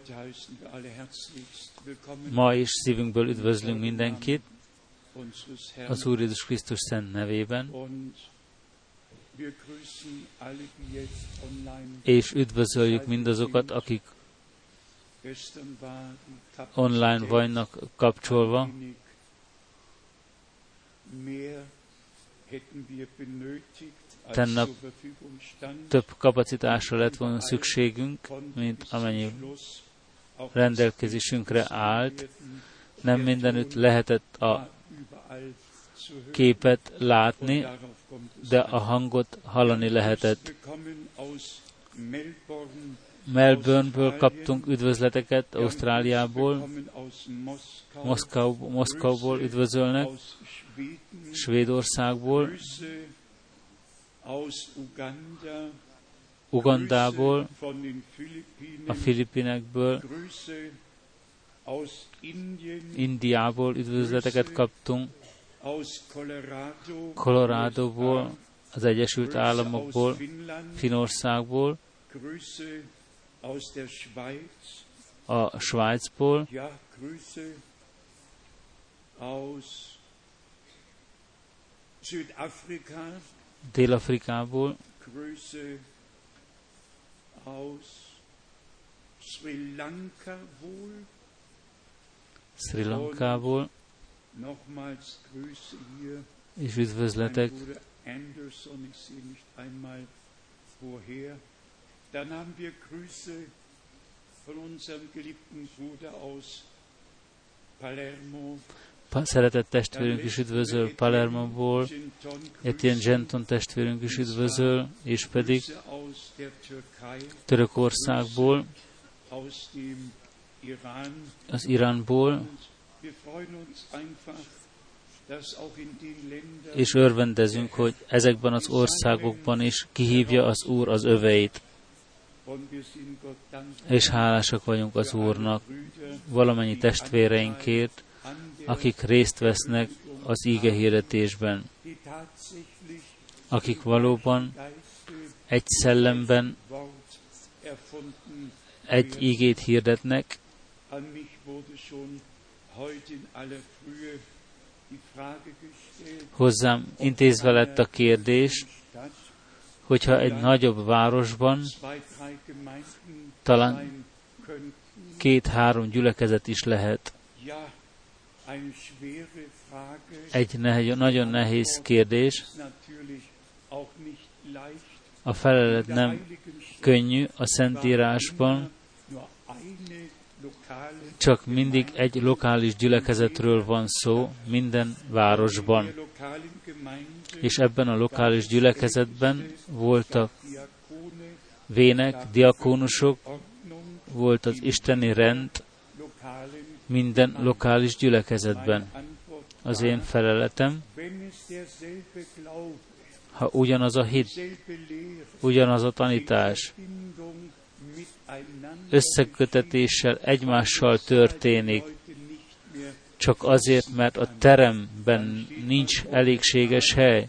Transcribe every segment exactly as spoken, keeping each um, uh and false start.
Ma is szívünkből üdvözlünk mindenkit az Úr Jézus Krisztus szent nevében, és üdvözöljük mindazokat, akik online vannak kapcsolva. Tennap több kapacitásra lett volna szükségünk, mint amennyi rendelkezésünkre állt. Nem mindenütt lehetett a képet látni, de a hangot hallani lehetett. Melbourneből kaptunk üdvözleteket, Ausztráliából, Moszkau, Moszkauból üdvözölnek, Svédországból, Ugandából, a Filipinekből, Indiából üdvözleteket kaptunk, Coloradoból, az Egyesült Államokból, Finnországból, a Svájcból, Dél-Afrikából, Sri Lankából, és üdvözletek Dann haben wir Grüße von unserem geliebten Bruder aus Palermo. Szeretett testvérünk is üdvözöl Palermoból, Etienne Genton testvérünk is üdvözöl, és pedig Törökországból, az Iránból, és örvendezünk, hogy ezekben az országokban is kihívja az Úr az öveit. És hálásak vagyunk az Úrnak valamennyi testvéreinkért, akik részt vesznek az íge hirdetésben, akik valóban egy szellemben egy ígét hirdetnek. Hozzám intézve lett a kérdés, hogyha egy nagyobb városban talán két-három gyülekezet is lehet. Egy ne- nagyon nehéz kérdés. A felelet nem könnyű a Szentírásban, csak mindig egy lokális gyülekezetről van szó minden városban. És ebben a lokális gyülekezetben voltak vének, diakónusok, volt az isteni rend minden lokális gyülekezetben. Az én feleletem, ha ugyanaz a hit, ugyanaz a tanítás, összekötetéssel egymással történik, csak azért, mert a teremben nincs elégséges hely,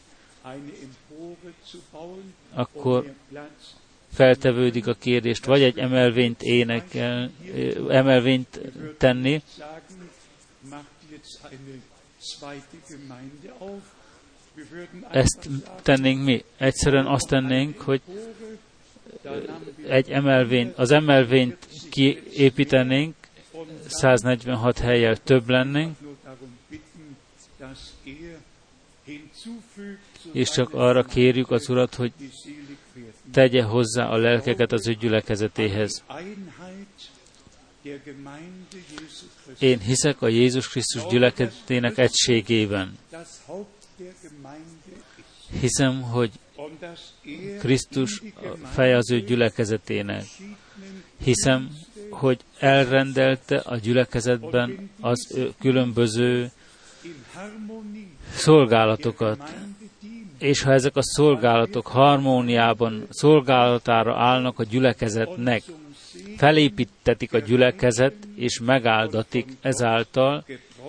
akkor feltevődik a kérdést, vagy egy emelvényt énekel, emelvényt tenni, ezt tennénk mi. Egyszerűen azt tennénk, hogy egy emelvény, az emelvényt kiépítenénk, száznegyvenhat hellyel több lennénk, és csak arra kérjük az Urat, hogy tegye hozzá a lelkeket az ő gyülekezetéhez. Én hiszek a Jézus Krisztus gyülekezetének egységében. Hiszem, hogy Krisztus feje az ő gyülekezetének. Hiszem, hogy elrendelte a gyülekezetben az ő különböző szolgálatokat. És ha ezek a szolgálatok harmóniában szolgálatára állnak a gyülekezetnek, felépítetik a gyülekezet, és megáldatik ezáltal,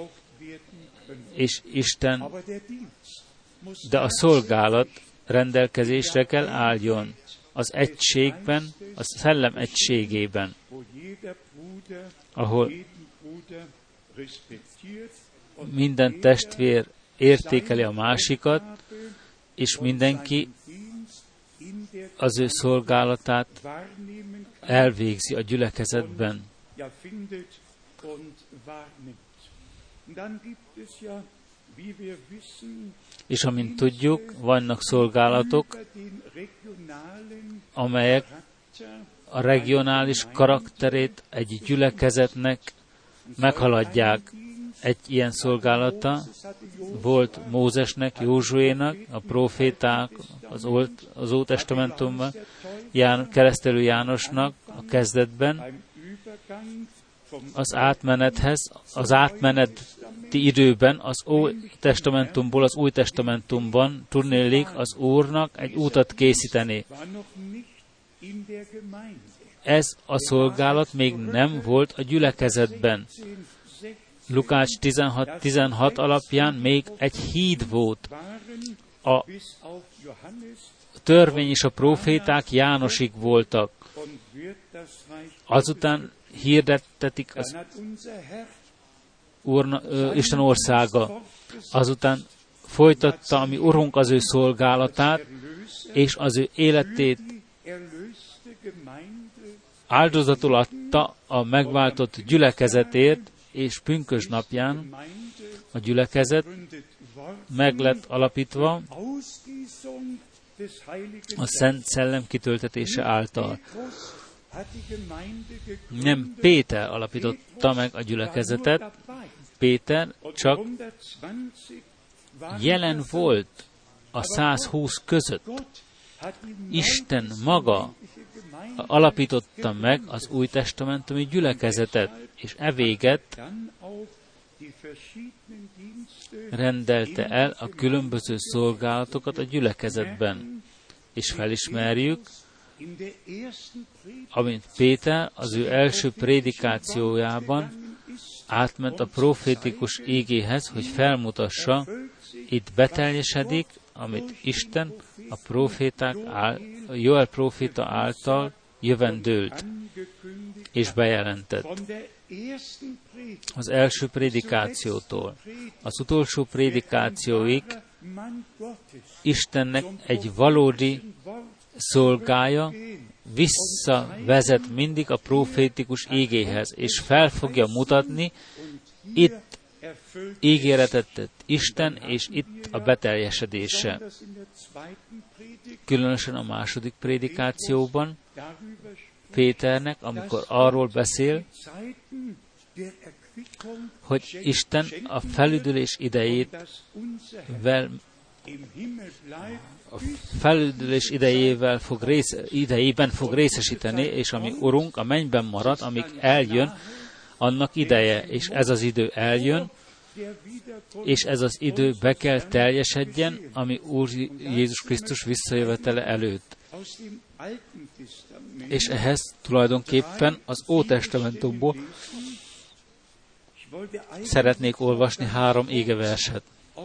és Isten, de a szolgálat rendelkezésre kell álljon az egységben, a szellem egységében, ahol minden testvér értékeli a másikat, és mindenki az ő szolgálatát elvégzi a gyülekezetben. És amint tudjuk, vannak szolgálatok, amelyek a regionális karakterét egy gyülekezetnek meghaladják. Egy ilyen szolgálata volt Mózesnek, Józsuénak, a proféták, az, Old, az Ótestamentumban, Ján, keresztelő Jánosnak a kezdetben, az átmenethez, az átmeneti időben, az Ótestamentumból az Új Testamentumban tudnélik az Úrnak egy útat készíteni. Ez a szolgálat még nem volt a gyülekezetben. Lukács tizenhat tizenhat alapján még egy híd volt. A törvény és a proféták Jánosig voltak. Azután hirdettetik az Úr, ö, Isten országa. Azután folytatta a mi Urunk az ő szolgálatát, és az ő életét áldozatul adta a megváltott gyülekezetért, és pünkös napján a gyülekezet meg lett alapítva a Szent Szellem kitöltetése által. Nem Péter alapította meg a gyülekezetet, Péter csak jelen volt a százhúsz között. Isten maga alapította meg az új testamentumi gyülekezetet, és e véget rendelte el a különböző szolgálatokat a gyülekezetben. És felismerjük, amint Péter az ő első prédikációjában átment a profétikus ígéhez, hogy felmutassa, itt beteljesedik, amit Isten a proféták áll, a Joel proféta által jövendőlt és bejelentett. Az első prédikációtól az utolsó prédikációig Istennek egy valódi szolgája visszavezet mindig a profétikus ígéhez, és fel fogja mutatni, itt ígéretet tett Isten, és itt a beteljesedése. Különösen a második prédikációban Péternek, amikor arról beszél, hogy Isten a felüdülés idejét vel, a felüdülés idejével fog rész, idejében fog részesíteni, és ami Urunk a mennyben marad, amíg eljön, annak ideje, és ez az idő eljön, és ez az idő be kell teljesedjen, ami Úr Jézus Krisztus visszajövetele előtt. És ehhez tulajdonképpen az Ótestamentumból szeretnék olvasni három égeverset.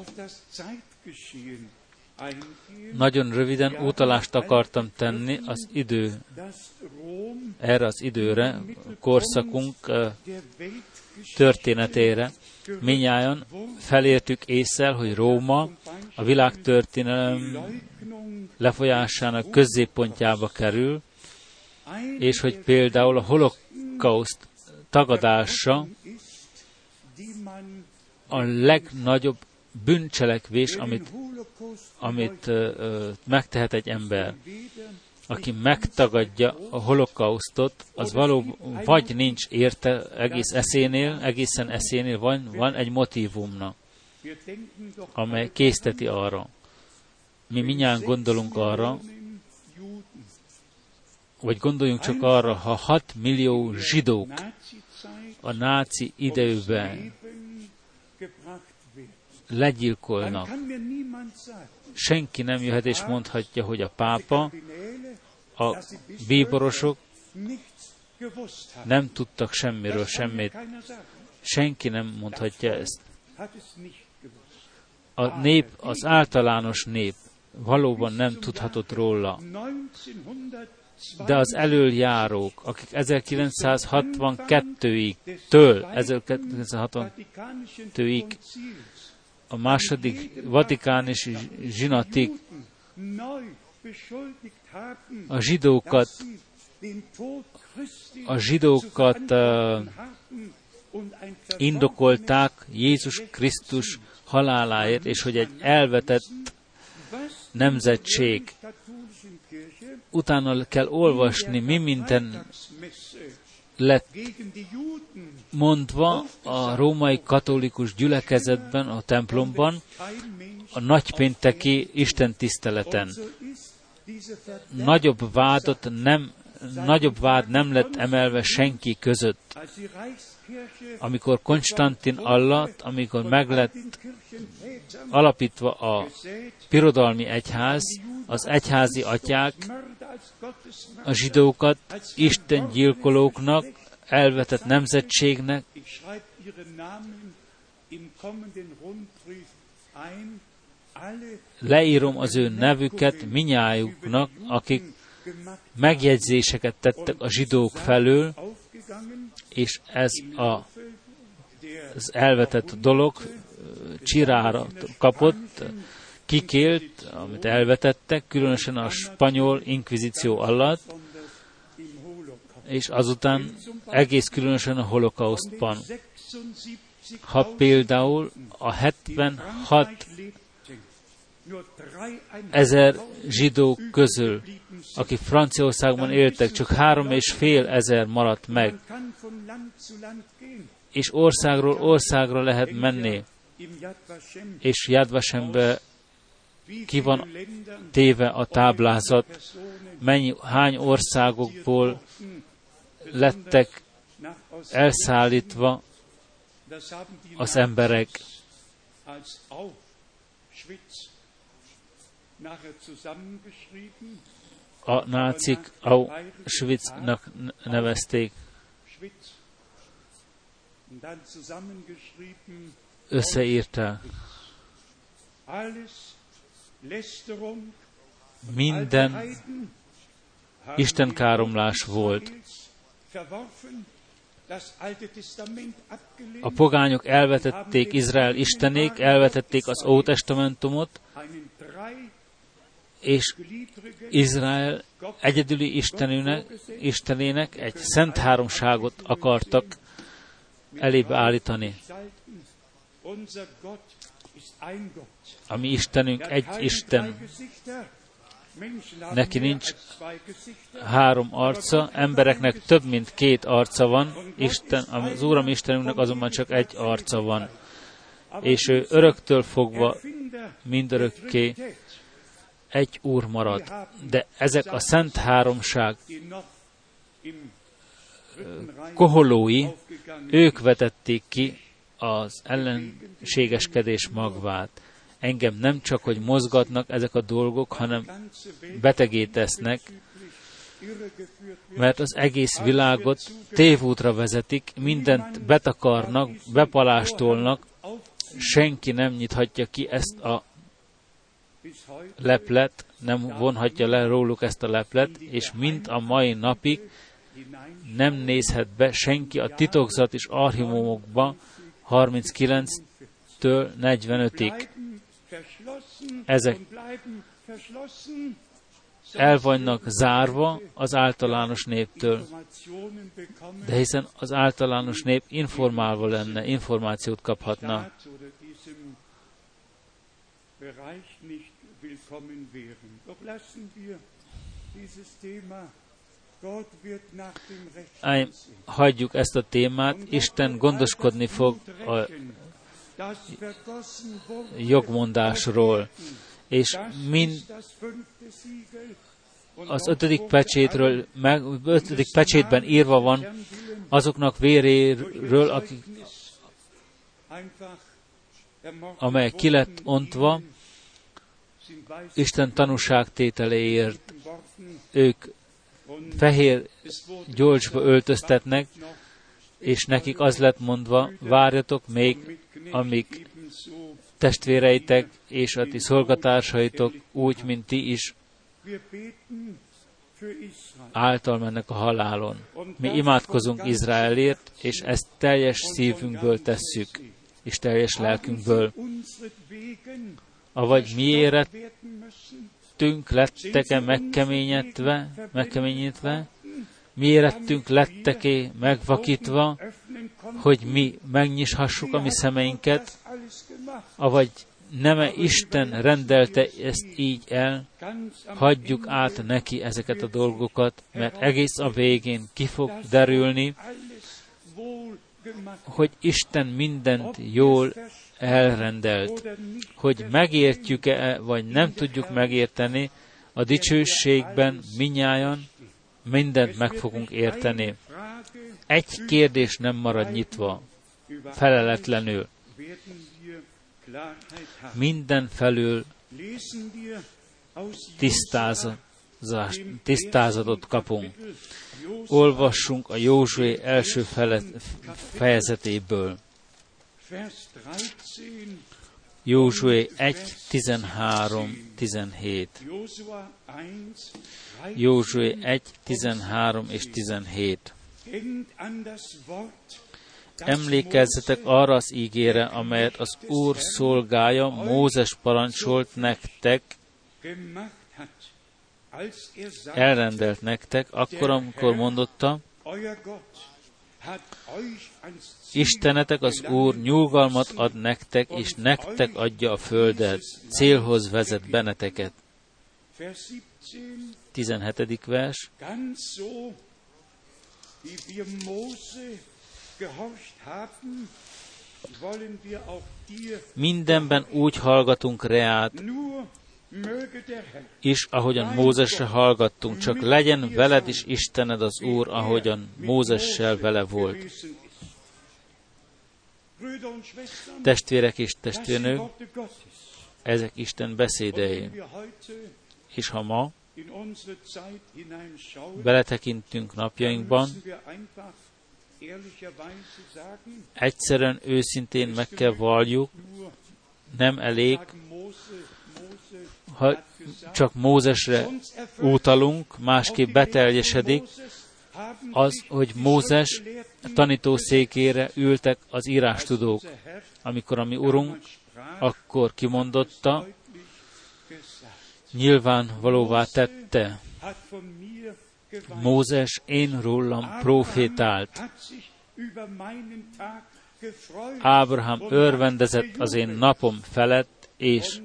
Nagyon röviden utalást akartam tenni az idő, erre az időre, korszakunk történetére. Mindnyájan felértük ésszel, hogy Róma a világtörténelem lefolyásának középpontjába kerül, és hogy például a holokauszt tagadása a legnagyobb bűncselekvés, amit, amit uh, megtehet egy ember. Aki megtagadja a holokausztot, az való, vagy nincs érte egész eszénél, egészen eszénél, van, van egy motívumna, amely készteti arra. Mi mindjárt gondolunk arra, vagy gondoljunk csak arra, ha hat millió zsidók a náci időben legyilkolnak, senki nem jöhet és mondhatja, hogy a pápa, a bíborosok nem tudtak semmiről semmit. Senki nem mondhatja ezt. A nép, az általános nép valóban nem tudhatott róla. De az elöljárók, akik ezerkilencszázhatvankettőig-től ezerkilencszázhatvankettőig a második vatikánis zsinatig a zsidókat, a zsidókat uh, indokolták Jézus Krisztus haláláért, és hogy egy elvetett nemzetség. Utána kell olvasni, mi minden lett mondva a római katolikus gyülekezetben, a templomban, a nagypénteki istentiszteleten. Nagyobb vádot nem, nagyobb vád nem lett emelve senki között. Amikor Konstantin alatt, amikor meg lett alapítva a birodalmi egyház, az egyházi atyák a zsidókat istengyilkolóknak, elvetett nemzetségnek leírom az ő nevüket minnyájuknak, akik megjegyzéseket tettek a zsidók felől, és ez a, az elvetett dolog csirára kapott, kikélt, amit elvetettek, különösen a spanyol inkvizíció alatt, és azután egész különösen a holokausztban. Ha például a hetvenhat ezer zsidó közül, akik Franciaországban éltek, csak három és fél ezer maradt meg, és országról országra lehet menni, és Yad Vashembe ki van téve a táblázat, mennyi, hány országokból lettek elszállítva az emberek. A nácik Auschwitznak nevezték. Összeírták. Minden istenkáromlás volt. A pogányok elvetették Izrael istenék, elvetették az Ótestamentumot, és Izrael egyedüli istenünek, istenének egy szent háromságot akartak elébe állítani. A mi Istenünk egy Isten. Neki nincs három arca, embereknek több mint két arca van, Isten, az Úr, Istenünknek azonban csak egy arca van. És ő öröktől fogva mindörökké egy Úr marad. De ezek a szent háromság koholói, ők vetették ki az ellenségeskedés magvát. Engem nem csak, hogy mozgatnak ezek a dolgok, hanem betegé tesznek, mert az egész világot tévútra vezetik, mindent betakarnak, bepalástolnak, senki nem nyithatja ki ezt a leplet, nem vonhatja le róluk ezt a leplet, és mint a mai napig nem nézhet be senki a titokzat és archívumokba harminckilenctől negyvenötig. Ezek el vannak zárva az általános néptől, de hiszen az általános nép informálva lenne, információt kaphatna. Ám hagyjuk ezt a témát, Isten gondoskodni fog a jogmondásról, és mind az ötödik pecsétről, meg ötödik pecsétben írva van azoknak véréről, akik, amely ki lett ontva, Isten tanúságtételéért. Ők fehér gyolcsba öltöztetnek, és nekik az lett mondva, várjatok még, amíg testvéreitek és a ti szolgatársaitok úgy, mint ti is által mennek a halálon. Mi imádkozunk Izraelért, és ezt teljes szívünkből tesszük, és teljes lelkünkből. Avagy mi érettünk lettek-e megkeményítve, megkeményítve, mi érettünk lettek-e megvakítva, hogy mi megnyishassuk a mi szemeinket, avagy nem-e Isten rendelte ezt így el, hagyjuk át neki ezeket a dolgokat, mert egész a végén ki fog derülni, hogy Isten mindent jól elrendelt. Hogy megértjük-e, vagy nem tudjuk megérteni, a dicsőségben minnyájan mindent meg fogunk érteni. Egy kérdés nem marad nyitva, feleletlenül. Minden felül tisztázatot kapunk. Olvassunk a Józsué első fele, fejezetéből. Józsué egy, tizenhárom, tizenhét. Józsué egy, tizenhárom és tizenhét. Emlékezzetek arra az ígére, amelyet az Úr szolgája Mózes parancsolt nektek, elrendelt nektek, akkor, amikor mondotta, Istenetek az Úr nyugalmat ad nektek, és nektek adja a földet, célhoz vezet benneteket. tizenhetedik vers. Mindenben úgy hallgatunk reát, is, ahogyan Mózesre hallgattunk, csak legyen veled is Istened az Úr, ahogyan Mózessel vele volt. Testvérek és testvérnők, ezek Isten beszédei. És ha ma beletekintünk napjainkban, egyszerűen őszintén meg kell valljuk, nem elég, ha csak Mózesre utalunk, másképp beteljesedik, az, hogy Mózes tanítószékére ültek az írástudók. Amikor a mi Urunk akkor kimondotta, nyilvánvalóvá tette, Mózes én rólam profétált. Ábrahám örvendezett az én napom felett, és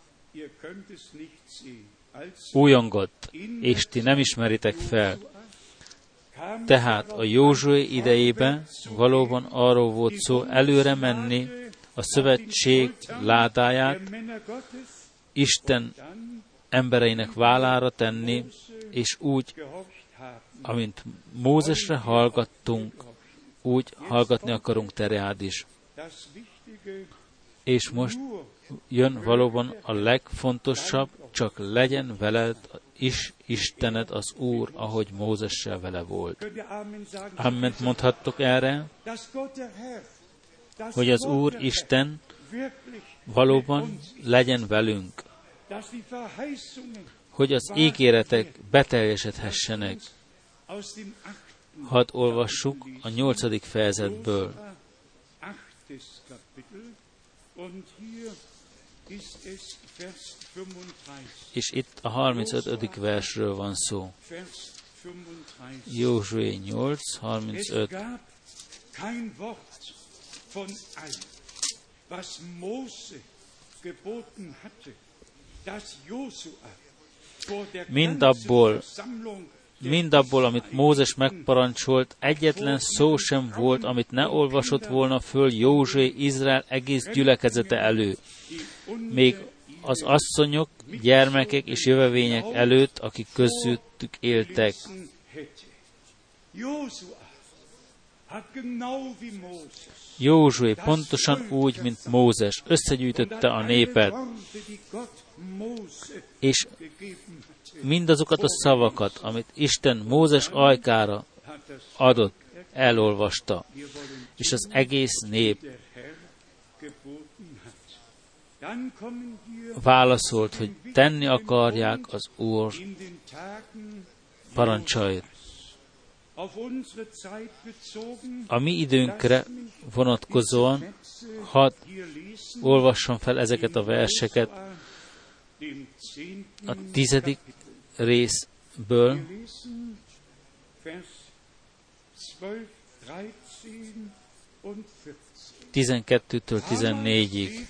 újongott, és ti nem ismeritek fel. Tehát a Józsué idejében valóban arról volt szó előre menni, a szövetség ládáját Isten embereinek vállára tenni, és úgy, amint Mózesre hallgattunk, úgy hallgatni akarunk te reád is. És most jön valóban a legfontosabb, csak legyen veled is Istened az Úr, ahogy Mózessel vele volt. Amment mondhattok erre, hogy az Úr Isten valóban legyen velünk, hogy az ígéretek beteljesedhessenek. Hadd olvassuk a nyolcadik fejezetből. És itt a harmincötödik versről van szó. Józsué nyolc, harmincöt. Mindabból, mindabból, amit Mózes megparancsolt, egyetlen szó sem volt, amit ne olvasott volna föl Józsué Izrael egész gyülekezete elő. Még az asszonyok, gyermekek és jövevények előtt, akik közöttük éltek. Józsué pontosan úgy, mint Mózes, összegyűjtötte a népet, és mindazokat a szavakat, amit Isten Mózes ajkára adott, elolvasta, és az egész nép válaszolt, hogy tenni akarják az Úr parancsolt. A mi időnkre vonatkozóan hadd olvassam fel ezeket a verseket a tizedik részből, tizenkettőtől tizennégyig.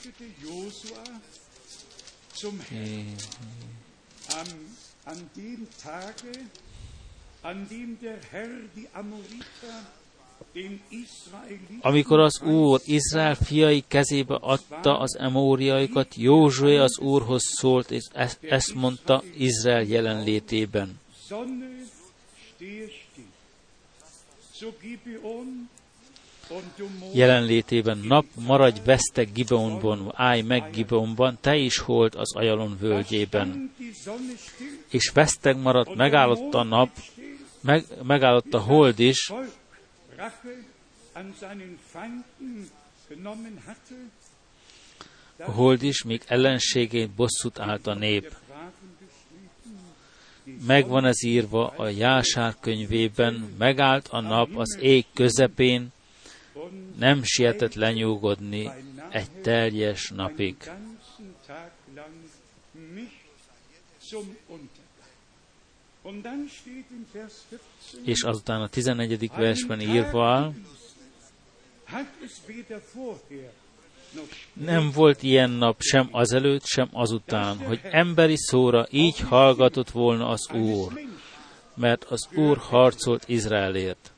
Amikor az Úr Izrael fiai kezébe adta az emóriaikat, Józsué az Úrhoz szólt, és ezt mondta Izrael jelenlétében. Jelenlétében: nap, maradj vesztek Gibeonban, állj meg Gibeonban, te is hold az Ajalon völgyében. És vesztek maradt, megállott a nap, meg, megállott a hold is, a hold is, míg ellenségén bosszút állt a nép. Megvan ez írva a Jásár könyvében, megállt a nap az ég közepén, nem sietett lenyugodni egy teljes napig. És azután a tizennegyedik versben írva áll: nem volt ilyen nap sem azelőtt, sem azután, hogy emberi szóra így hallgatott volna az Úr, mert az Úr harcolt Izraelért.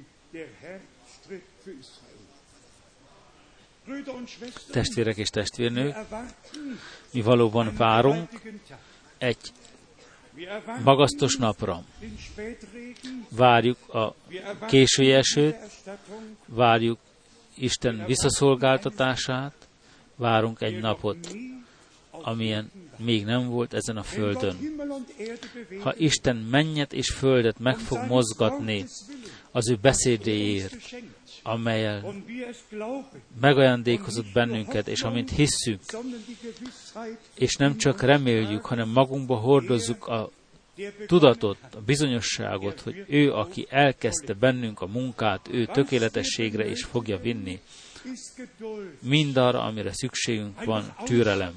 Testvérek és testvérnők, mi valóban várunk egy magasztos napra. Várjuk a késői esőt, várjuk Isten visszaszolgáltatását, várunk egy napot, amilyen még nem volt ezen a földön. Ha Isten mennyet és földet meg fog mozgatni az ő beszédéért, amellyel megajándékozott bennünket, és amint hisszük, és nem csak reméljük, hanem magunkba hordozzuk a tudatot, a bizonyosságot, hogy ő, aki elkezdte bennünk a munkát, ő tökéletességre is fogja vinni. Mindarra, amire szükségünk van, türelem.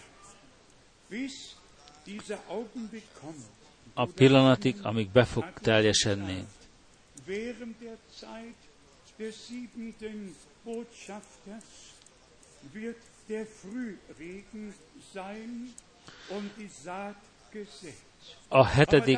A pillanatig, amíg be fog teljesedni. A hetedik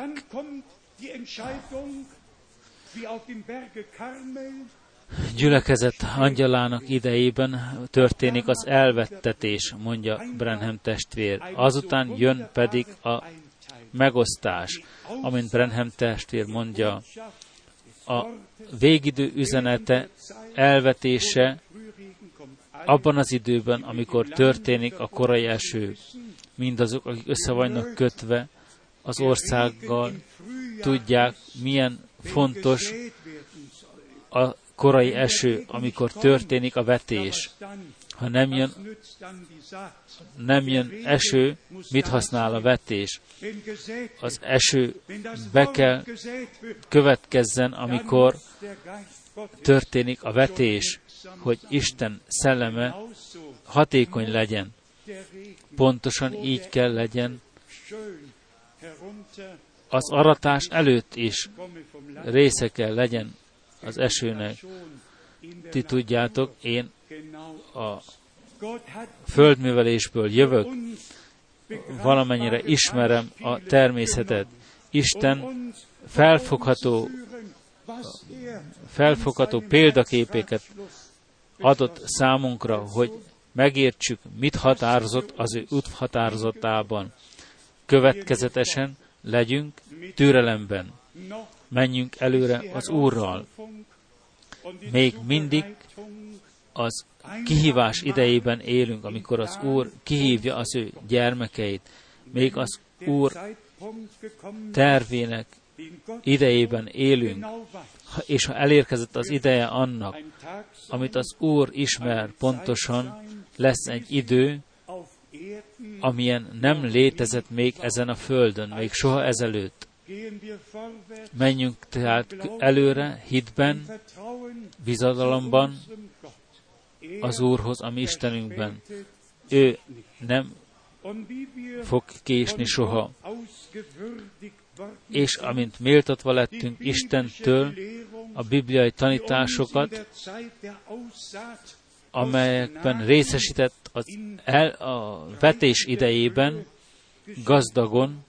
gyülekezet angyalának idejében történik az elvettetés, mondja Branham testvér. Azután jön pedig a megosztás, amint Branham testvér mondja. A végidő üzenete, elvetése abban az időben, amikor történik a korai eső. Mindazok, akik össze vannak kötve az országgal, tudják, milyen fontos a korai eső, amikor történik a vetés. Ha nem jön, nem jön eső, mit használ a vetés? Az eső be kell következzen, amikor történik a vetés, hogy Isten szelleme hatékony legyen. Pontosan így kell legyen az aratás előtt is része kell legyen az esőnek. Ti tudjátok, én a földművelésből jövök, valamennyire ismerem a természetet. Isten felfogható, felfogható példaképeket adott számunkra, hogy megértsük, mit határozott az ő úthatározatában. Következetesen legyünk türelemben. Menjünk előre az Úrral. Még mindig az kihívás idejében élünk, amikor az Úr kihívja az ő gyermekeit. Még az Úr tervének idejében élünk, és ha elérkezett az ideje annak, amit az Úr ismer pontosan, lesz egy idő, amilyen nem létezett még ezen a földön, még soha ezelőtt. Menjünk tehát előre, hitben, bizadalomban az Úrhoz, a mi Istenünkben. Ő nem fog késni soha. És amint méltatva lettünk Istentől a bibliai tanításokat, amelyekben részesített az el, a vetés idejében gazdagon,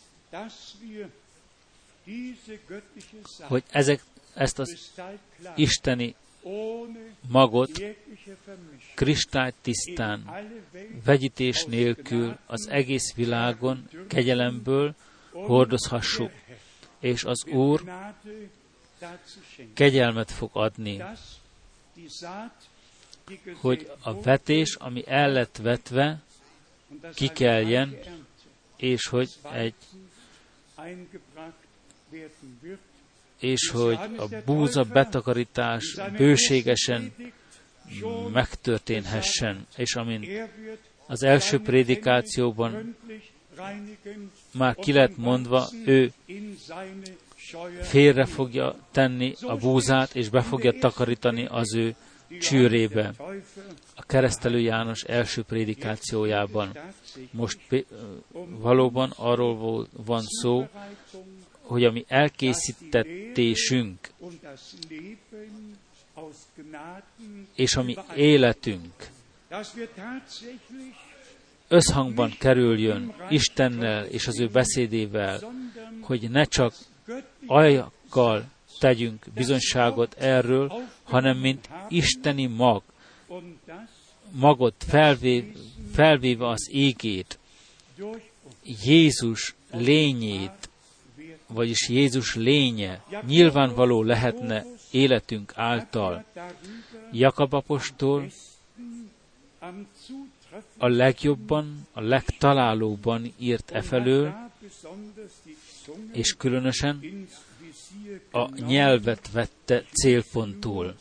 hogy ezek, ezt az isteni magot kristálytisztán, vegyítés nélkül az egész világon kegyelemből hordozhassuk, és az Úr kegyelmet fog adni, hogy a vetés, ami el lett vetve, kikeljen, és hogy egy és hogy a búza betakarítás bőségesen megtörténhessen. És amint az első prédikációban már ki lett mondva, ő félre fogja tenni a búzát, és be fogja takarítani az ő csűrébe. A keresztelő János első prédikációjában. Most valóban arról van szó, hogy a mi elkészítettésünk és a mi életünk összhangban kerüljön Istennel és az ő beszédével, hogy ne csak ajkakkal tegyünk bizonyságot erről, hanem mint isteni mag, magot felvéve, felvéve az égét, Jézus lényét, vagyis Jézus lénye nyilvánvaló lehetne életünk által. Jakab apostol a legjobban, a legtalálóbban írt e felől, és különösen a nyelvet vette célpontul.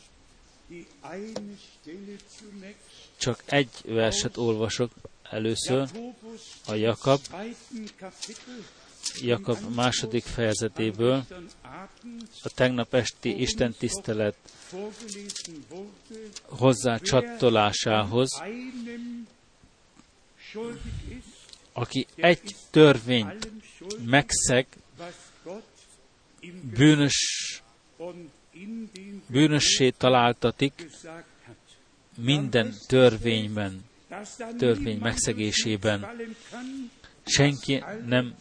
Csak egy verset olvasok először, a Jakab, Jakab második fejezetéből, a tegnap esti istentisztelet hozzá csatolásához, aki egy törvényt megszeg, bűnös, bűnössé találtatik minden törvényben, törvény megszegésében. Senki nem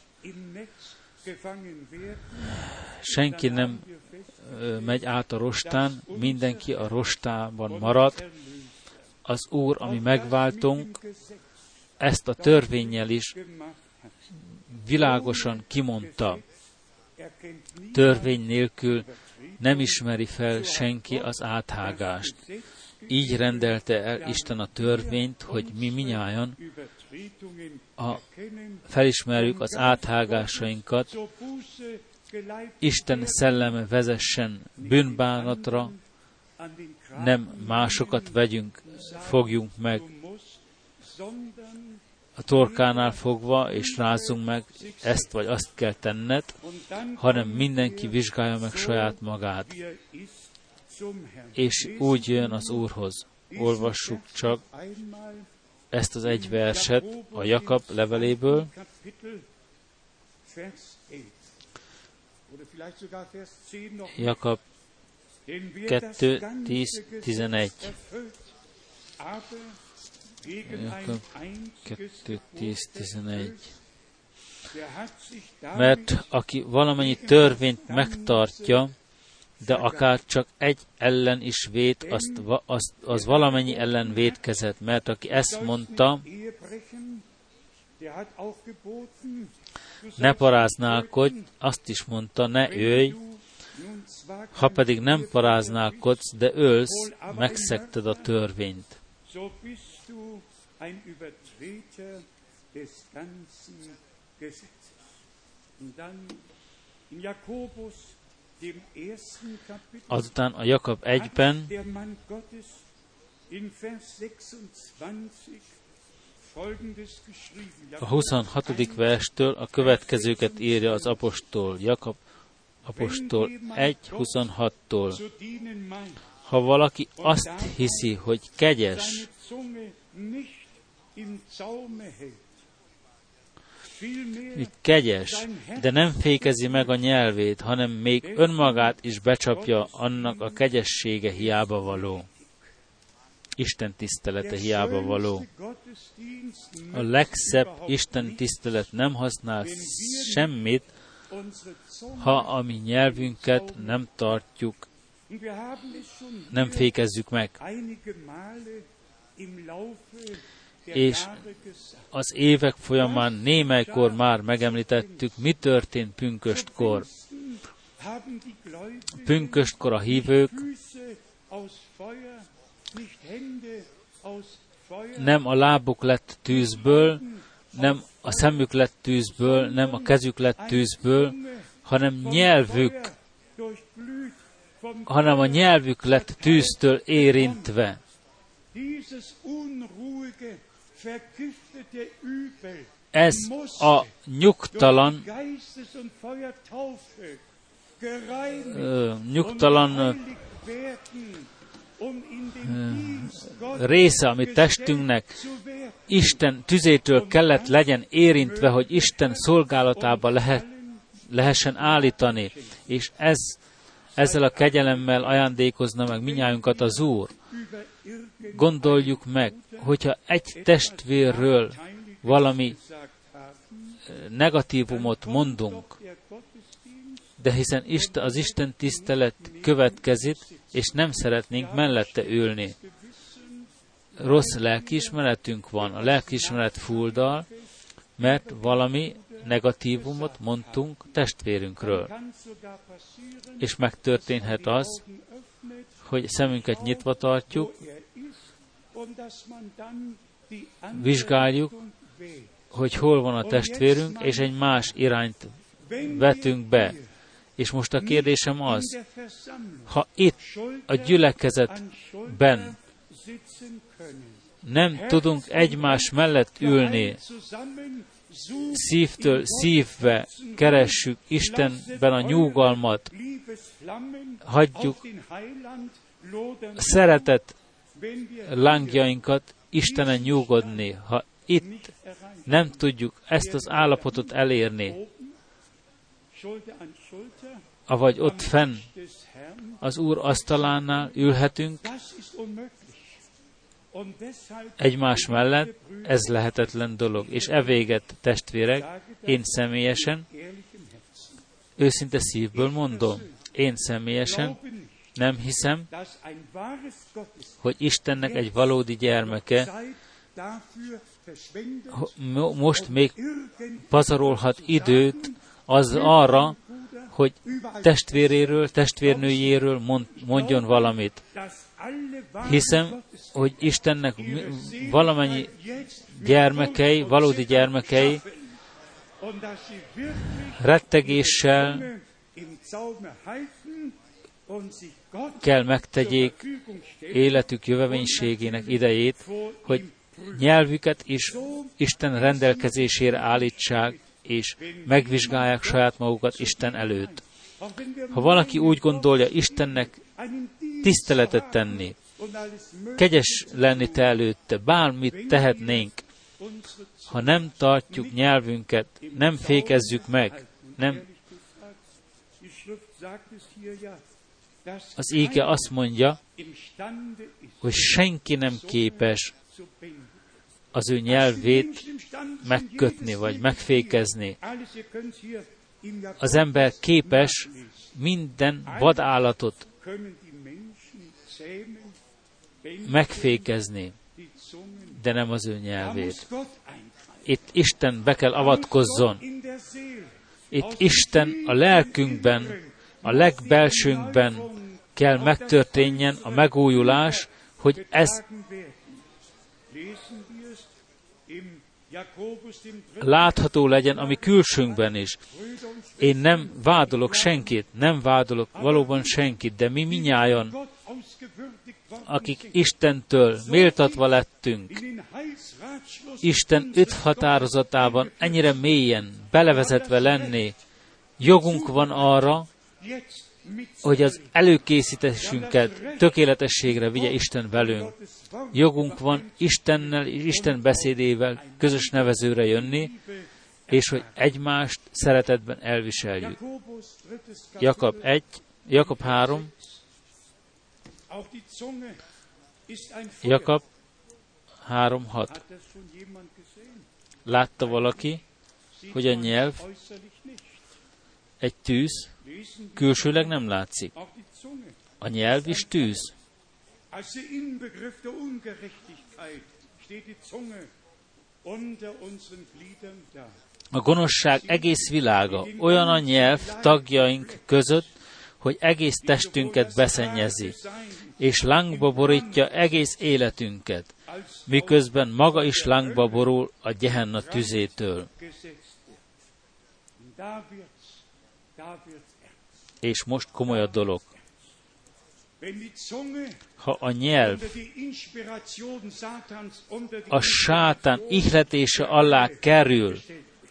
senki nem megy át a rostán, mindenki a rostában marad. Az Úr, ami megváltunk, ezt a törvénnyel is világosan kimondta. Törvény nélkül nem ismeri fel senki az áthágást. Így rendelte el Isten a törvényt, hogy mi minnyájan a, felismerjük az áthágásainkat, Isten szelleme vezessen bűnbánatra, nem másokat vegyünk, fogjunk meg a torkánál fogva, és rázzunk meg, ezt vagy azt kell tenned, hanem mindenki vizsgálja meg saját magát, és úgy jön az Úrhoz. Olvassuk csak ezt az egy verset a Jakab leveléből, Jakab kettő, tíz, tizenegy. Jakab kettő, tíz, tizenegy. Mert aki valamennyi törvényt megtartja, de akár csak egy ellen is vét, azt, azt, az valamennyi ellen vétkezett, mert aki ezt mondta, ne paráználkodj, azt is mondta, ne ölj, ha pedig nem paráználkodsz, de ölsz, megszegted a törvényt. Azután a Jakab egyben A huszonhatodik verstől a következőket írja az apostol, Jakab apostol egy huszonhattól. Ha valaki azt hiszi, hogy kegyes, kegyes, de nem fékezi meg a nyelvét, hanem még önmagát is becsapja, annak a kegyessége hiába való. Isten tisztelete hiába való. A legszebb Isten tisztelet nem használ semmit, ha a mi nyelvünket nem tartjuk, nem fékezzük meg. És az évek folyamán némelykor már megemlítettük, mi történt pünköstkor. Pünköstkor a hívők nem a lábuk lett tűzből, nem a szemük lett tűzből, nem a kezük lett tűzből, hanem nyelvük, hanem a nyelvük lett tűztől érintve. Ez a nyugtalan, ö, nyugtalan ö, része, ami testünknek Isten tüzétől kellett legyen érintve, hogy Isten szolgálatába lehet, lehessen állítani, és ez, ezzel a kegyelemmel ajándékozna meg minnyájunkat az Úr. Gondoljuk meg, hogyha egy testvérről valami negatívumot mondunk, de hiszen az Isten tisztelet következik, és nem szeretnénk mellette ülni. Rossz lelkiismeretünk van, a lelkiismeret fuldal, mert valami negatívumot mondtunk testvérünkről. És megtörténhet az, hogy szemünket nyitva tartjuk, vizsgáljuk, hogy hol van a testvérünk, és egy más irányt vetünk be. És most a kérdésem az, ha itt a gyülekezetben nem tudunk egymás mellett ülni, szívtől szívbe keressük Istenben a nyugalmat, hagyjuk szeretet lángjainkat Istenen nyugodni. Ha itt nem tudjuk ezt az állapotot elérni, avagy ott fenn az Úr asztalánál ülhetünk egymás mellett, ez lehetetlen dolog. És e véget, testvérek, én személyesen, őszinte szívből mondom, én személyesen nem hiszem, hogy Istennek egy valódi gyermeke most még pazarolhat időt az arra, hogy testvéréről, testvérnőjéről mond, mondjon valamit. Hiszem, hogy Istennek valamennyi gyermekei, valódi gyermekei rettegéssel kell megtegyék életük jövevénységének idejét, hogy nyelvüket is Isten rendelkezésére állítsák, és megvizsgálják saját magukat Isten előtt. Ha valaki úgy gondolja Istennek tiszteletet tenni, kegyes lenni te előtte, bármit tehetnénk, ha nem tartjuk nyelvünket, nem fékezzük meg, nem. Az íge azt mondja, hogy senki nem képes az ő nyelvét megkötni, vagy megfékezni. Az ember képes minden vadállatot megfékezni, de nem az ő nyelvét. Itt Isten be kell avatkozzon. Itt Isten a lelkünkben, a legbelsőnkben kell megtörténjen a megújulás, hogy ez látható legyen a mi külsőnkben is. Én nem vádolok senkit, nem vádolok valóban senkit, de mi minnyájan, akik Istentől méltatva lettünk, Isten öt határozatában ennyire mélyen belevezetve lenni, jogunk van arra, hogy az előkészítésünket tökéletességre vigye Isten velünk. Jogunk van Istennel és Isten beszédével közös nevezőre jönni, és hogy egymást szeretetben elviseljük. Jakab egy, Jakab három, Jakab három hat. Látta valaki, hogy a nyelv egy tűz, külsőleg nem látszik. A nyelv is tűz. A gonoszság egész világa olyan a nyelv tagjaink között, hogy egész testünket beszennyezi, és lángba borítja egész életünket, miközben maga is lángba borul a Gehenna tüzétől. És most komoly a dolog. Ha a nyelv a sátán ihletése alá kerül,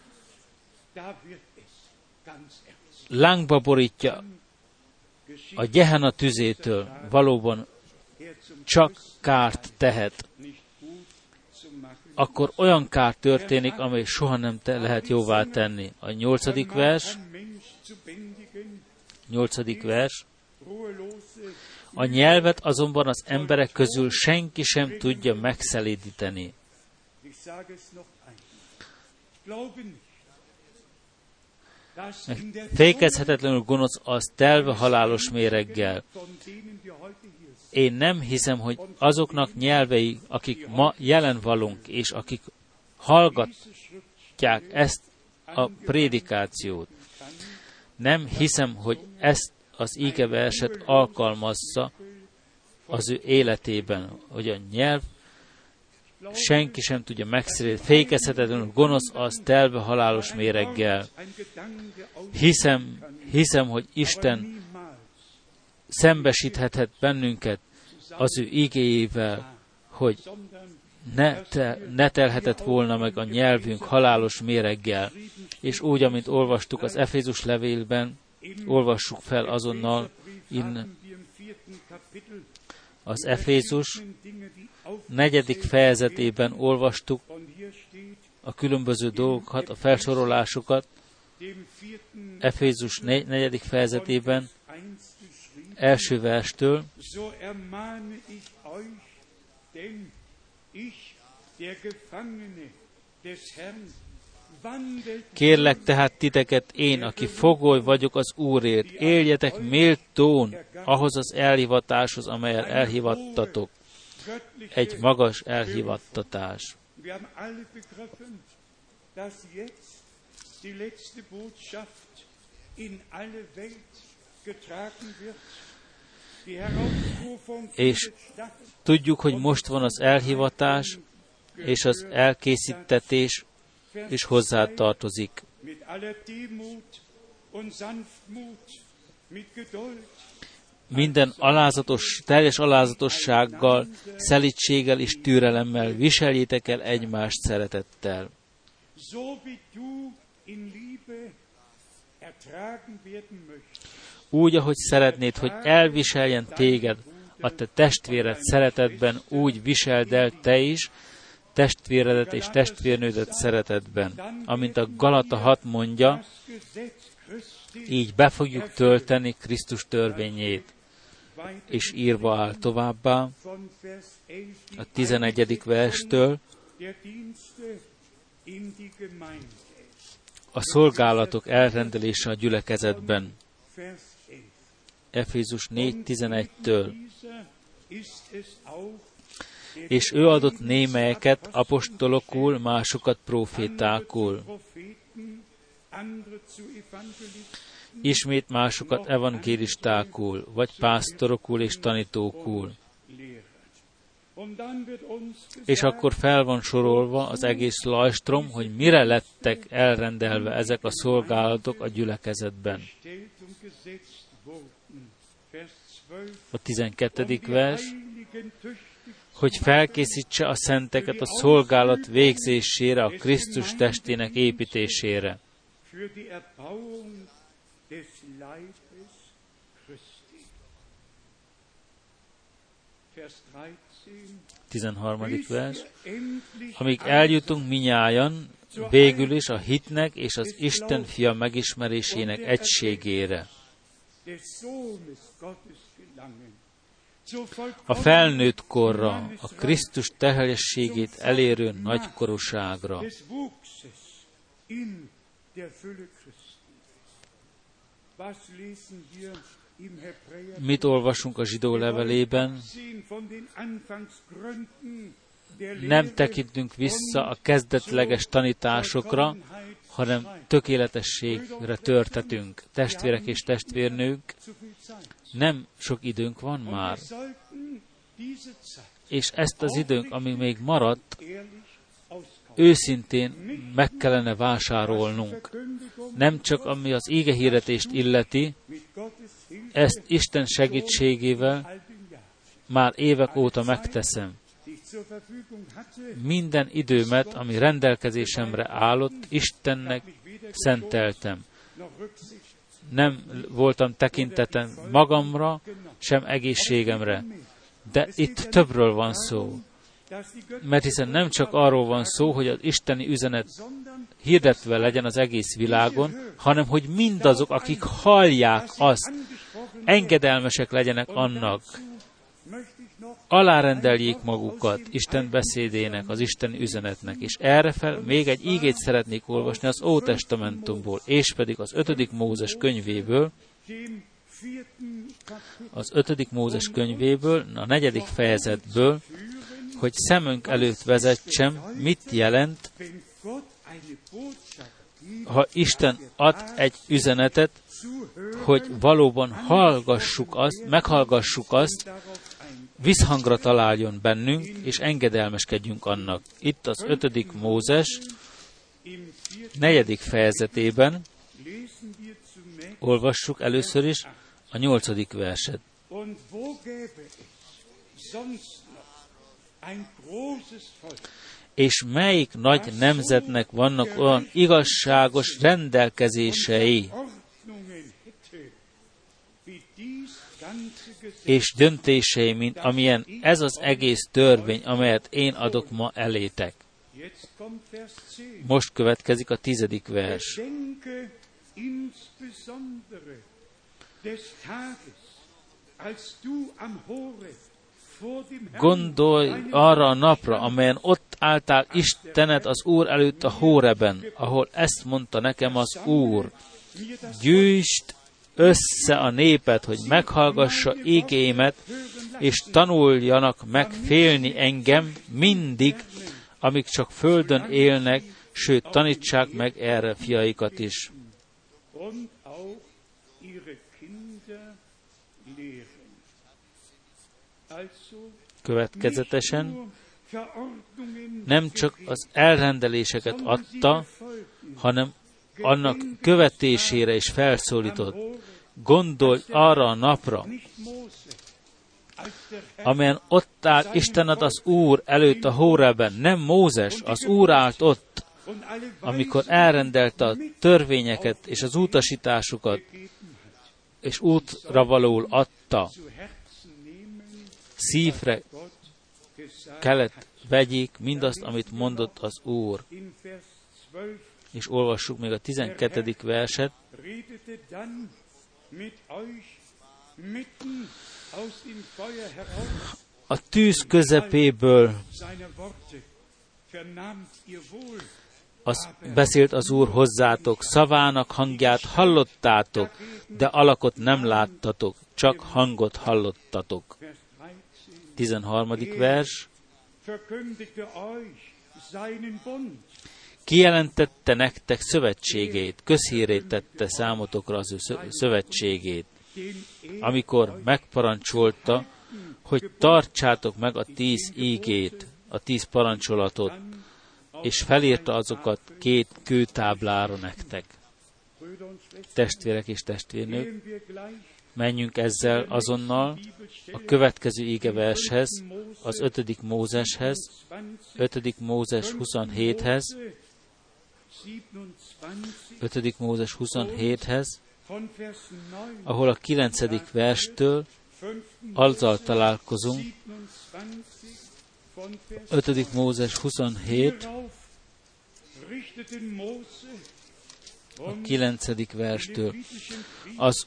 lángba borítja a Gehenna tüzétől, valóban csak kárt tehet, akkor olyan kár történik, amely soha nem te lehet jóvá tenni. A nyolcadik vers, nyolcadik vers, a nyelvet azonban az emberek közül senki sem tudja megszelídíteni. Fékezhetetlenül gonosz az telve halálos méreggel. Én nem hiszem, hogy azoknak nyelvei, akik ma jelen valunk, és akik hallgatják ezt a prédikációt, nem hiszem, hogy ezt az ígeverset alkalmazza az ő életében, hogy a nyelv senki sem tudja megszeríteni. Fékezhetetlenül gonosz az telve halálos méreggel. Hiszem, hiszem, hogy Isten szembesíthetett bennünket az ő igéjével, hogy ne, te, ne telhetett volna meg a nyelvünk halálos méreggel. És úgy, amint olvastuk az Efézus levélben, olvassuk fel azonnal innen az Efézus negyedik fejezetében olvastuk a különböző dolgokat, a felsorolásokat. Efézus negyedik fejezetében első verstől. Kérlek tehát titeket, én, aki fogoly vagyok az Úrért, éljetek méltón ahhoz az elhivatáshoz, amelyel elhivattatok. Egy magas elhivattatás. És tudjuk, hogy most van az elhivatás és az elkészítetés, és hozzá tartozik. Minden alázatos, teljes alázatossággal, szelídséggel és türelemmel viseljétek el egymást szeretettel. Úgy, ahogy szeretnéd, hogy elviseljen téged a te testvéred szeretetben, úgy viseld el te is testvéredet és testvérnődet szeretetben. Amint a Galata hat mondja, így be fogjuk tölteni Krisztus törvényét. És írva áll továbbá a tizenegyedik verstől, a szolgálatok elrendelése a gyülekezetben. Efézus négy tizenegytől. És ő adott némelyeket apostolokul, másokat profétákul, ismét másokat evangélistákul, vagy pásztorokul és tanítókul. És akkor fel van sorolva az egész lajstrom, hogy mire lettek elrendelve ezek a szolgálatok a gyülekezetben. A tizenkettedik vers, hogy felkészítse a szenteket a szolgálat végzésére, a Krisztus testének építésére. tizenharmadik vers. Amíg eljutunk minnyájan végül is a hitnek és az Isten fia megismerésének egységére. A felnőtt korra, a Krisztus teljességét elérő nagykorúságra. Mit olvasunk a zsidó levelében? Nem tekintünk vissza a kezdetleges tanításokra, hanem tökéletességre törtetünk. Testvérek és testvérnők, nem sok időnk van már. És ezt az időnk, ami még maradt, őszintén meg kellene vásárolnunk. Nem csak ami az ígehirdetést illeti, ezt Isten segítségével már évek óta megteszem. Minden időmet, ami rendelkezésemre állott, Istennek szenteltem. Nem voltam tekintetem magamra, sem egészségemre. De itt többről van szó. Mert hiszen nem csak arról van szó, hogy az isteni üzenet hirdetve legyen az egész világon, hanem hogy mindazok, akik hallják azt, engedelmesek legyenek annak, alárendeljék magukat Isten beszédének, az Isten üzenetnek. És errefel még egy ígét szeretnék olvasni az Ótestamentumból, és pedig az ötödik Mózes könyvéből, az ötödik Mózes könyvéből, a negyedik fejezetből, hogy szemünk előtt vezetsem, mit jelent, ha Isten ad egy üzenetet, hogy valóban hallgassuk azt, meghallgassuk azt, visszhangra találjon bennünk, és engedelmeskedjünk annak. Itt az ötödik Mózes negyedik fejezetében olvassuk először is a nyolcadik verset. És melyik nagy nemzetnek vannak olyan igazságos rendelkezései és döntései, mint amilyen ez az egész törvény, amelyet én adok ma elétek. Most következik a tizedik vers. Gondolj arra a napra, amelyen ott álltál Istened az Úr előtt a Hóreben, ahol ezt mondta nekem az Úr. Gyűjtsd össze a népet, hogy meghallgassa igémet, és tanuljanak meg félni engem mindig, amíg csak földön élnek, sőt, tanítsák meg erre fiaikat is. Következetesen nem csak az elrendeléseket adta, hanem annak követésére is felszólított. Gondolj arra a napra, amelyen ott áll Istened az Úr előtt a Hóreben, nem Mózes, az Úr állt ott, amikor elrendelte a törvényeket és az utasításokat, és útra valóul adta. Szívre kellett vegyék mindazt, amit mondott az Úr. És olvassuk még a tizenkettedik verset. A tűz közepéből az beszélt az Úr hozzátok, szavának hangját hallottátok, de alakot nem láttatok, csak hangot hallottatok. tizenharmadik vers. Kijelentette nektek szövetségét, közhírét tette számotokra az ő szövetségét, amikor megparancsolta, hogy tartsátok meg a tíz ígét, a tíz parancsolatot, és felírta azokat két kőtáblára nektek. Testvérek és testvérnők, menjünk ezzel azonnal a következő ígevershez, az ötödik Mózeshez, ötödik Mózes huszonhéthez, ötödik Mózes huszonhéthez, ahol a kilencedik verstől azzal találkozunk, ötödik Mózes huszonhét, a kilencedik verstől. Az,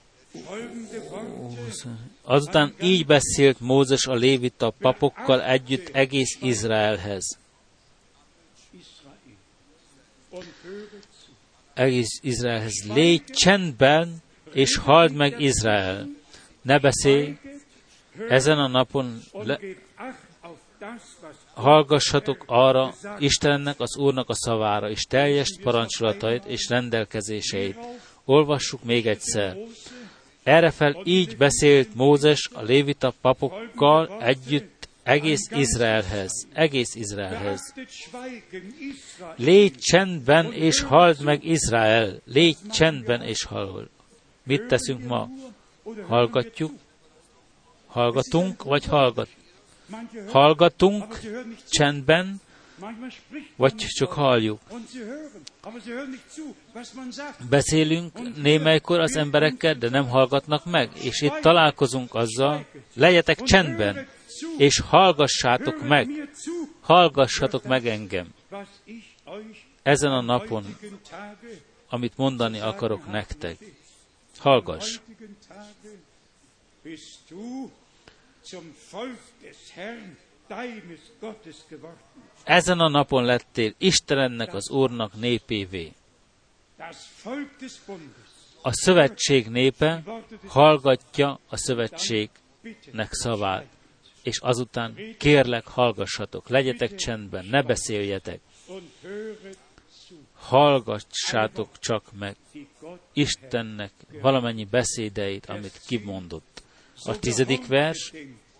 azután így beszélt Mózes a lévita papokkal együtt egész Izraelhez. Egész Izraelhez. Légy csendben, és halld meg Izrael. Ne beszélj, ezen a napon le, hallgassatok arra Istennek, az Úrnak a szavára, és teljes parancsolatait és rendelkezéseit. Olvassuk még egyszer. Errefel így beszélt Mózes a lévita papokkal együtt egész Izraelhez. Egész Izraelhez. Légy csendben, és halld meg Izrael. Légy csendben, és halld. Mit teszünk ma? Hallgatjuk? Hallgatunk, vagy hallgat? Hallgatunk csendben, vagy csak halljuk. Beszélünk némelykor az emberekkel, de nem hallgatnak meg. És itt találkozunk azzal, legyetek csendben, és hallgassátok meg. Hallgassatok meg engem. Ezen a napon, amit mondani akarok nektek. Hallgass. Ezen a napon lettél Istenednek, az Úrnak népévé. A szövetség népe hallgatja a szövetségnek szavát, és azután kérlek, hallgassatok, legyetek csendben, ne beszéljetek. Hallgassátok csak meg Istennek valamennyi beszédeit, amit kimondott. A tizedik vers.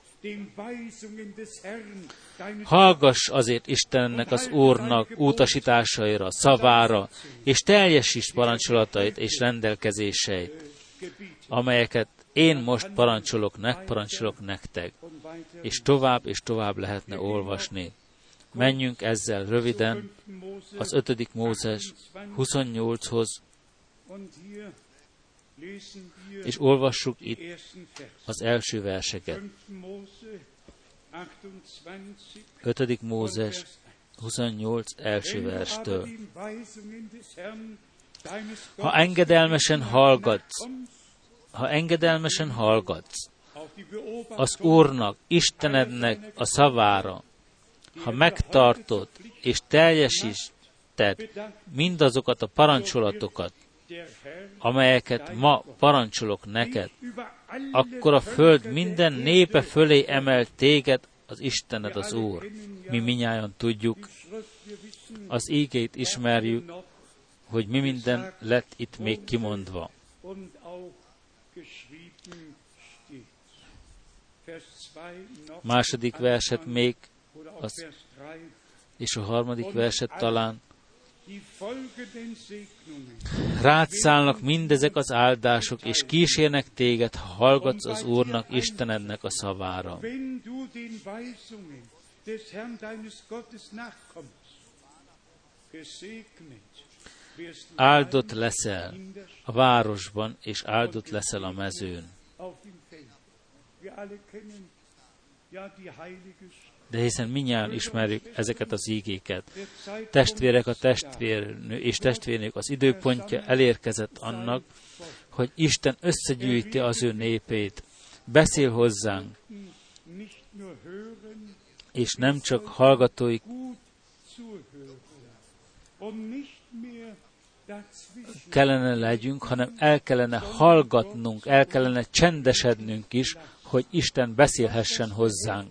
Hallgass azért Istennek, az Úrnak utasításaira, szavára, és teljesítsd parancsolatait és rendelkezéseit, amelyeket én most parancsolok, megparancsolok nektek. És tovább és tovább lehetne olvasni. Menjünk ezzel röviden az ötödik Mózes huszonnyolchoz, és olvassuk itt az első verseket. ötödik Mózes huszonnyolc első verstől. Ha engedelmesen hallgatsz, ha engedelmesen hallgatsz az Úrnak, Istenednek a szavára, ha megtartod és teljesíted mindazokat a parancsolatokat, amelyeket ma parancsolok neked, akkor a föld minden népe fölé emel téged az Istened, az Úr. Mi minnyáján tudjuk, az ígét ismerjük, hogy mi minden lett itt még kimondva. Második verset még, az, és a harmadik verset talán. Rád szállnak mindezek az áldások, és kísérnek téged, ha hallgatsz az Úrnak, Istenednek a szavára. Áldott leszel a városban, és áldott leszel a mezőn. De hiszen mindnyájan ismerjük ezeket az ígéket. Testvérek, a testvérnő és testvérnők, az időpontja elérkezett annak, hogy Isten összegyűjti az ő népét, beszél hozzánk, és nem csak hallgatói kellene legyünk, hanem el kellene hallgatnunk, el kellene csendesednünk is, hogy Isten beszélhessen hozzánk.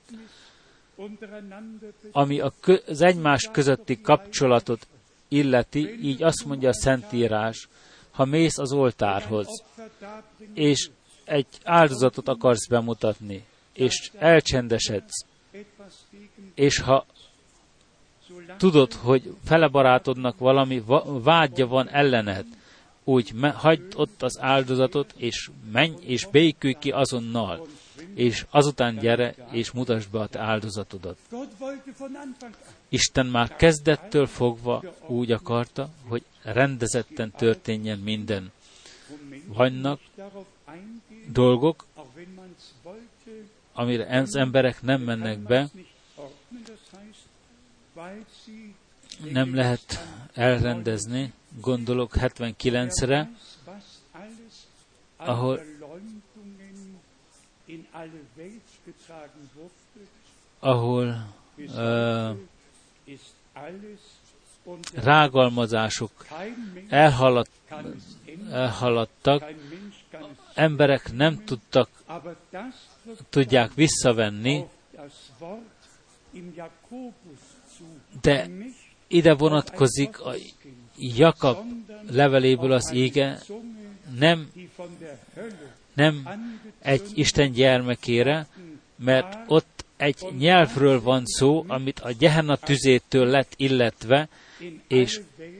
Ami az egymás közötti kapcsolatot illeti, így azt mondja a Szentírás, ha mész az oltárhoz, és egy áldozatot akarsz bemutatni, és elcsendesedsz, és ha tudod, hogy fele barátodnak valami vágya van ellened, úgy hagyd ott az áldozatot, és menj, és békülj ki azonnal. és azután gyere, és mutasd be a te áldozatodat. Isten már kezdettől fogva úgy akarta, hogy rendezetten történjen minden. Vannak dolgok, amire az emberek nem mennek be, nem lehet elrendezni, gondolok hetvenkilencre, ahol, ahol uh, rágalmazások elhaladt, elhaladtak, emberek nem tudtak, tudják visszavenni, de ide vonatkozik a Jakab leveléből az ége, nem, nem egy Isten gyermekére, mert ott egy nyelvről van szó, amit a Gehenna tüzétől lett illetve, és,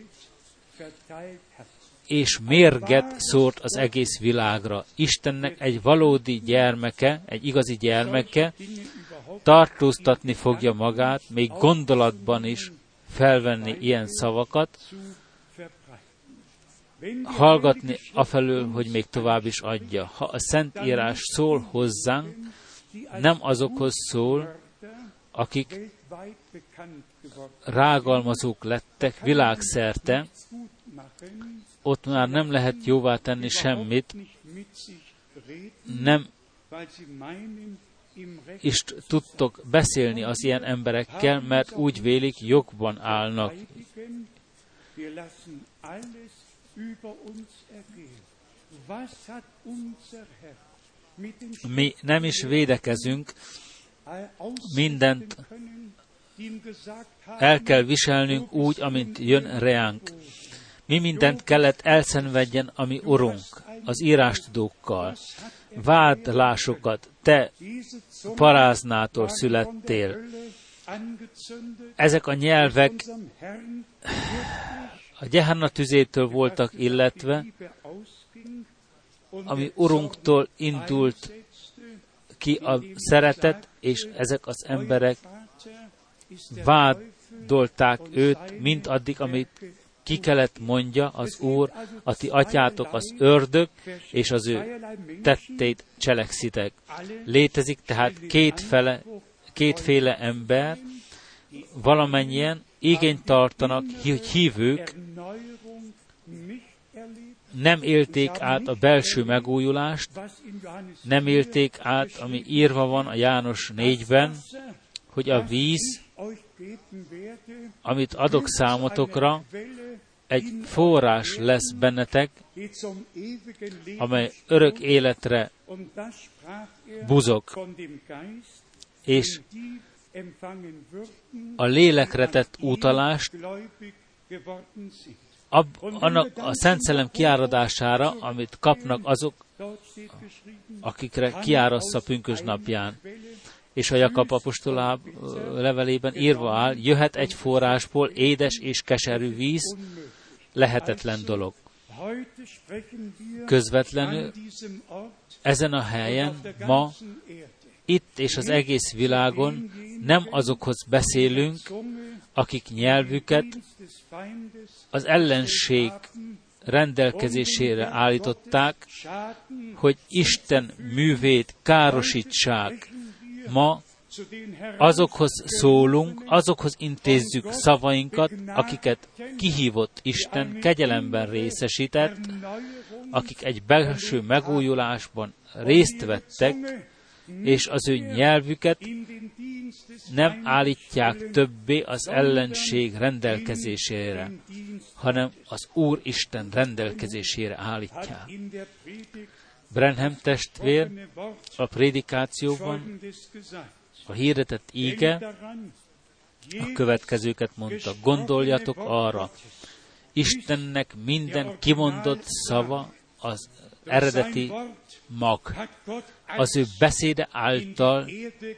és mérget szórt az egész világra. Istennek egy valódi gyermeke, egy igazi gyermeke tartóztatni fogja magát, még gondolatban is felvenni ilyen szavakat, hallgatni afelől, hogy még tovább is adja. Ha a Szentírás szól hozzánk, nem azokhoz szól, akik rágalmazók lettek világszerte, ott már nem lehet jóvá tenni semmit, nem is tudtok beszélni az ilyen emberekkel, mert úgy vélik, jogban állnak. Mi nem is védekezünk, mindent el kell viselnünk úgy, amint jön reánk. Mi mindent kellett elszenvedjen, ami Urunk, az írástudókkal. Vádlásokat te paráznától születtél. Ezek a nyelvek a Gehenna tüzétől voltak illetve, ami Urunktól indult ki a szeretet, és ezek az emberek vádolták őt, mint addig, amit ki kellett mondja az Úr, a ti atyátok az ördög, és az ő tetteit cselekszitek. Létezik tehát kétfele, kétféle ember, valamennyien igényt tartanak, hogy hívők nem élték át a belső megújulást, nem élték át, ami írva van a János négyben, hogy a víz, amit adok számotokra, egy forrás lesz bennetek, amely örök életre buzog, és a lélekre tett utalást ab, annak a Szent Szellem kiáradására, amit kapnak azok, akikre kiáraszza pünkösd napján. És a Jakab apostol levelében írva áll, jöhet egy forrásból édes és keserű víz, lehetetlen dolog. Közvetlenül ezen a helyen ma, itt és az egész világon nem azokhoz beszélünk, akik nyelvüket az ellenség rendelkezésére állították, hogy Isten művét károsítsák. Ma azokhoz szólunk, azokhoz intézzük szavainkat, akiket kihívott Isten, kegyelemben részesített, akik egy belső megújulásban részt vettek, és az ő nyelvüket nem állítják többé az ellenség rendelkezésére, hanem az Úr Isten rendelkezésére állítják. Branham testvér a prédikációban a hirdetett íge a következőket mondta. Gondoljatok arra, Istennek minden kimondott szava az eredeti mag. Az ő beszéde által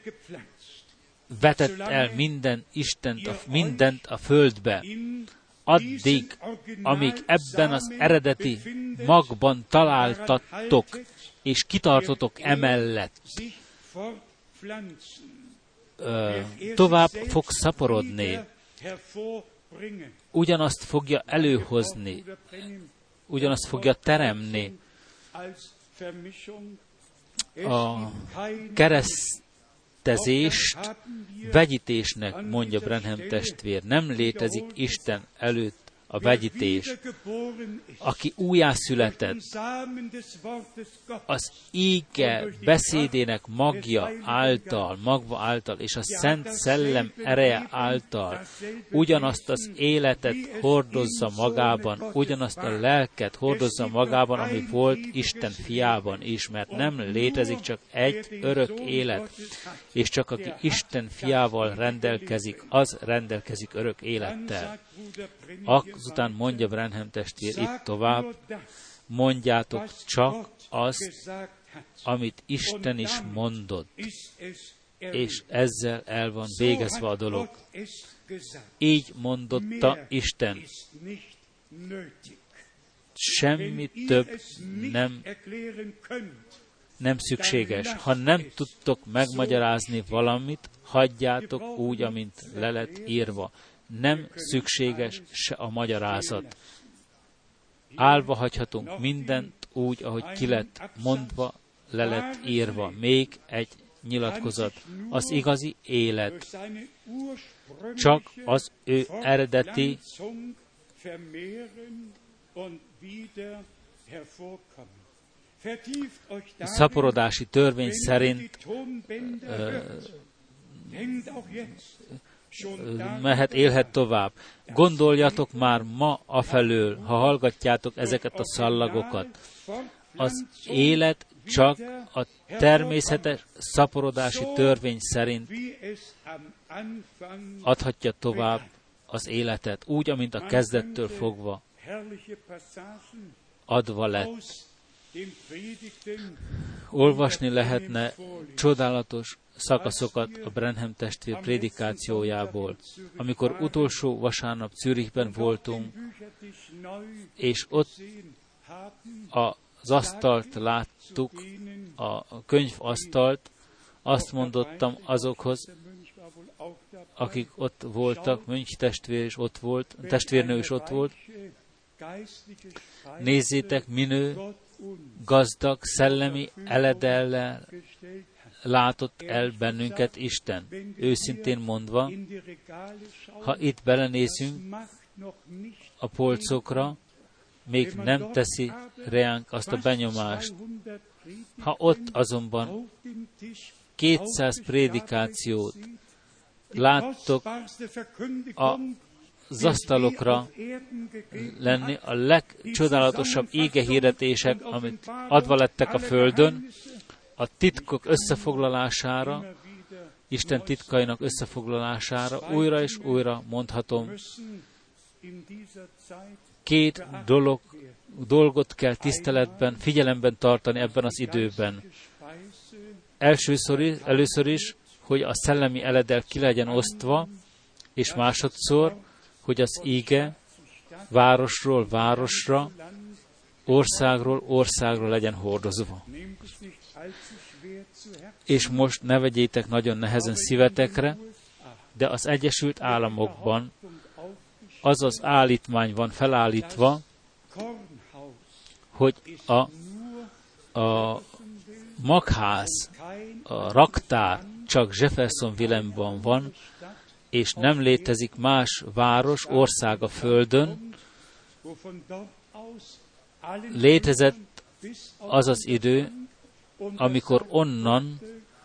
vetett el minden Istent, a, mindent a földbe. Addig, amíg ebben az eredeti magban találtattok, és kitartotok emellett, ö, tovább fog szaporodni, ugyanazt fogja előhozni, ugyanazt fogja teremni. A keresztezést vegyítésnek mondja Branham testvér. Nem létezik Isten előtt a vegyítés. Aki újjászületett, az íge beszédének magja által, magva által, és a Szent Szellem ereje által ugyanazt az életet hordozza magában, ugyanazt a lelket hordozza magában, ami volt Isten fiában is, mert nem létezik csak egy örök élet, és csak aki Isten fiával rendelkezik, az rendelkezik örök élettel. Azután mondja Branham testvér itt tovább, mondjátok csak azt, amit Isten is mondott, és ezzel el van végezve a dolog. Így mondotta Isten. Semmi több nem, nem szükséges. Ha nem tudtok megmagyarázni valamit, hagyjátok úgy, amint le lett írva. Nem szükséges se a magyarázat. Állva hagyhatunk mindent úgy, ahogy ki lett mondva, le lett írva. Még egy nyilatkozat. Az igazi élet csak az ő eredeti szaporodási törvény szerint uh, mehet, élhet tovább. Gondoljatok már ma afelől, ha hallgatjátok ezeket a szallagokat. Az élet csak a természetes szaporodási törvény szerint adhatja tovább az életet, úgy, amint a kezdettől fogva adva lett. Olvasni lehetne csodálatos szakaszokat a Branham testvér prédikációjából. Amikor utolsó vasárnap Zürichben voltunk, és ott az asztalt láttuk, a könyvasztalt, azt mondottam azokhoz, akik ott voltak, Mönch testvér is ott volt, testvérnő is ott volt, nézzétek, minő, gazdag, szellemi eledellel látott el bennünket Isten. Őszintén mondva, ha itt belenézünk a polcokra, még nem teszi reánk azt a benyomást. Ha ott azonban kétszáz prédikációt láttok az asztalokra lenni, a legcsodálatosabb égehirdetések, amit adva lettek a földön, a titkok összefoglalására, Isten titkainak összefoglalására, újra és újra mondhatom, két dolog, dolgot kell tiszteletben, figyelemben tartani ebben az időben. Elsőször, először is, hogy a szellemi eledel ki legyen osztva, és másodszor, hogy az íge városról városra, országról országra legyen hordozva. És most ne vegyétek nagyon nehezen szívetekre, de az Egyesült Államokban az az állítmány van felállítva, hogy a, a magház, a raktár csak Jeffersonville-ben van, és nem létezik más város, ország a Földön. Létezett az az idő, amikor onnan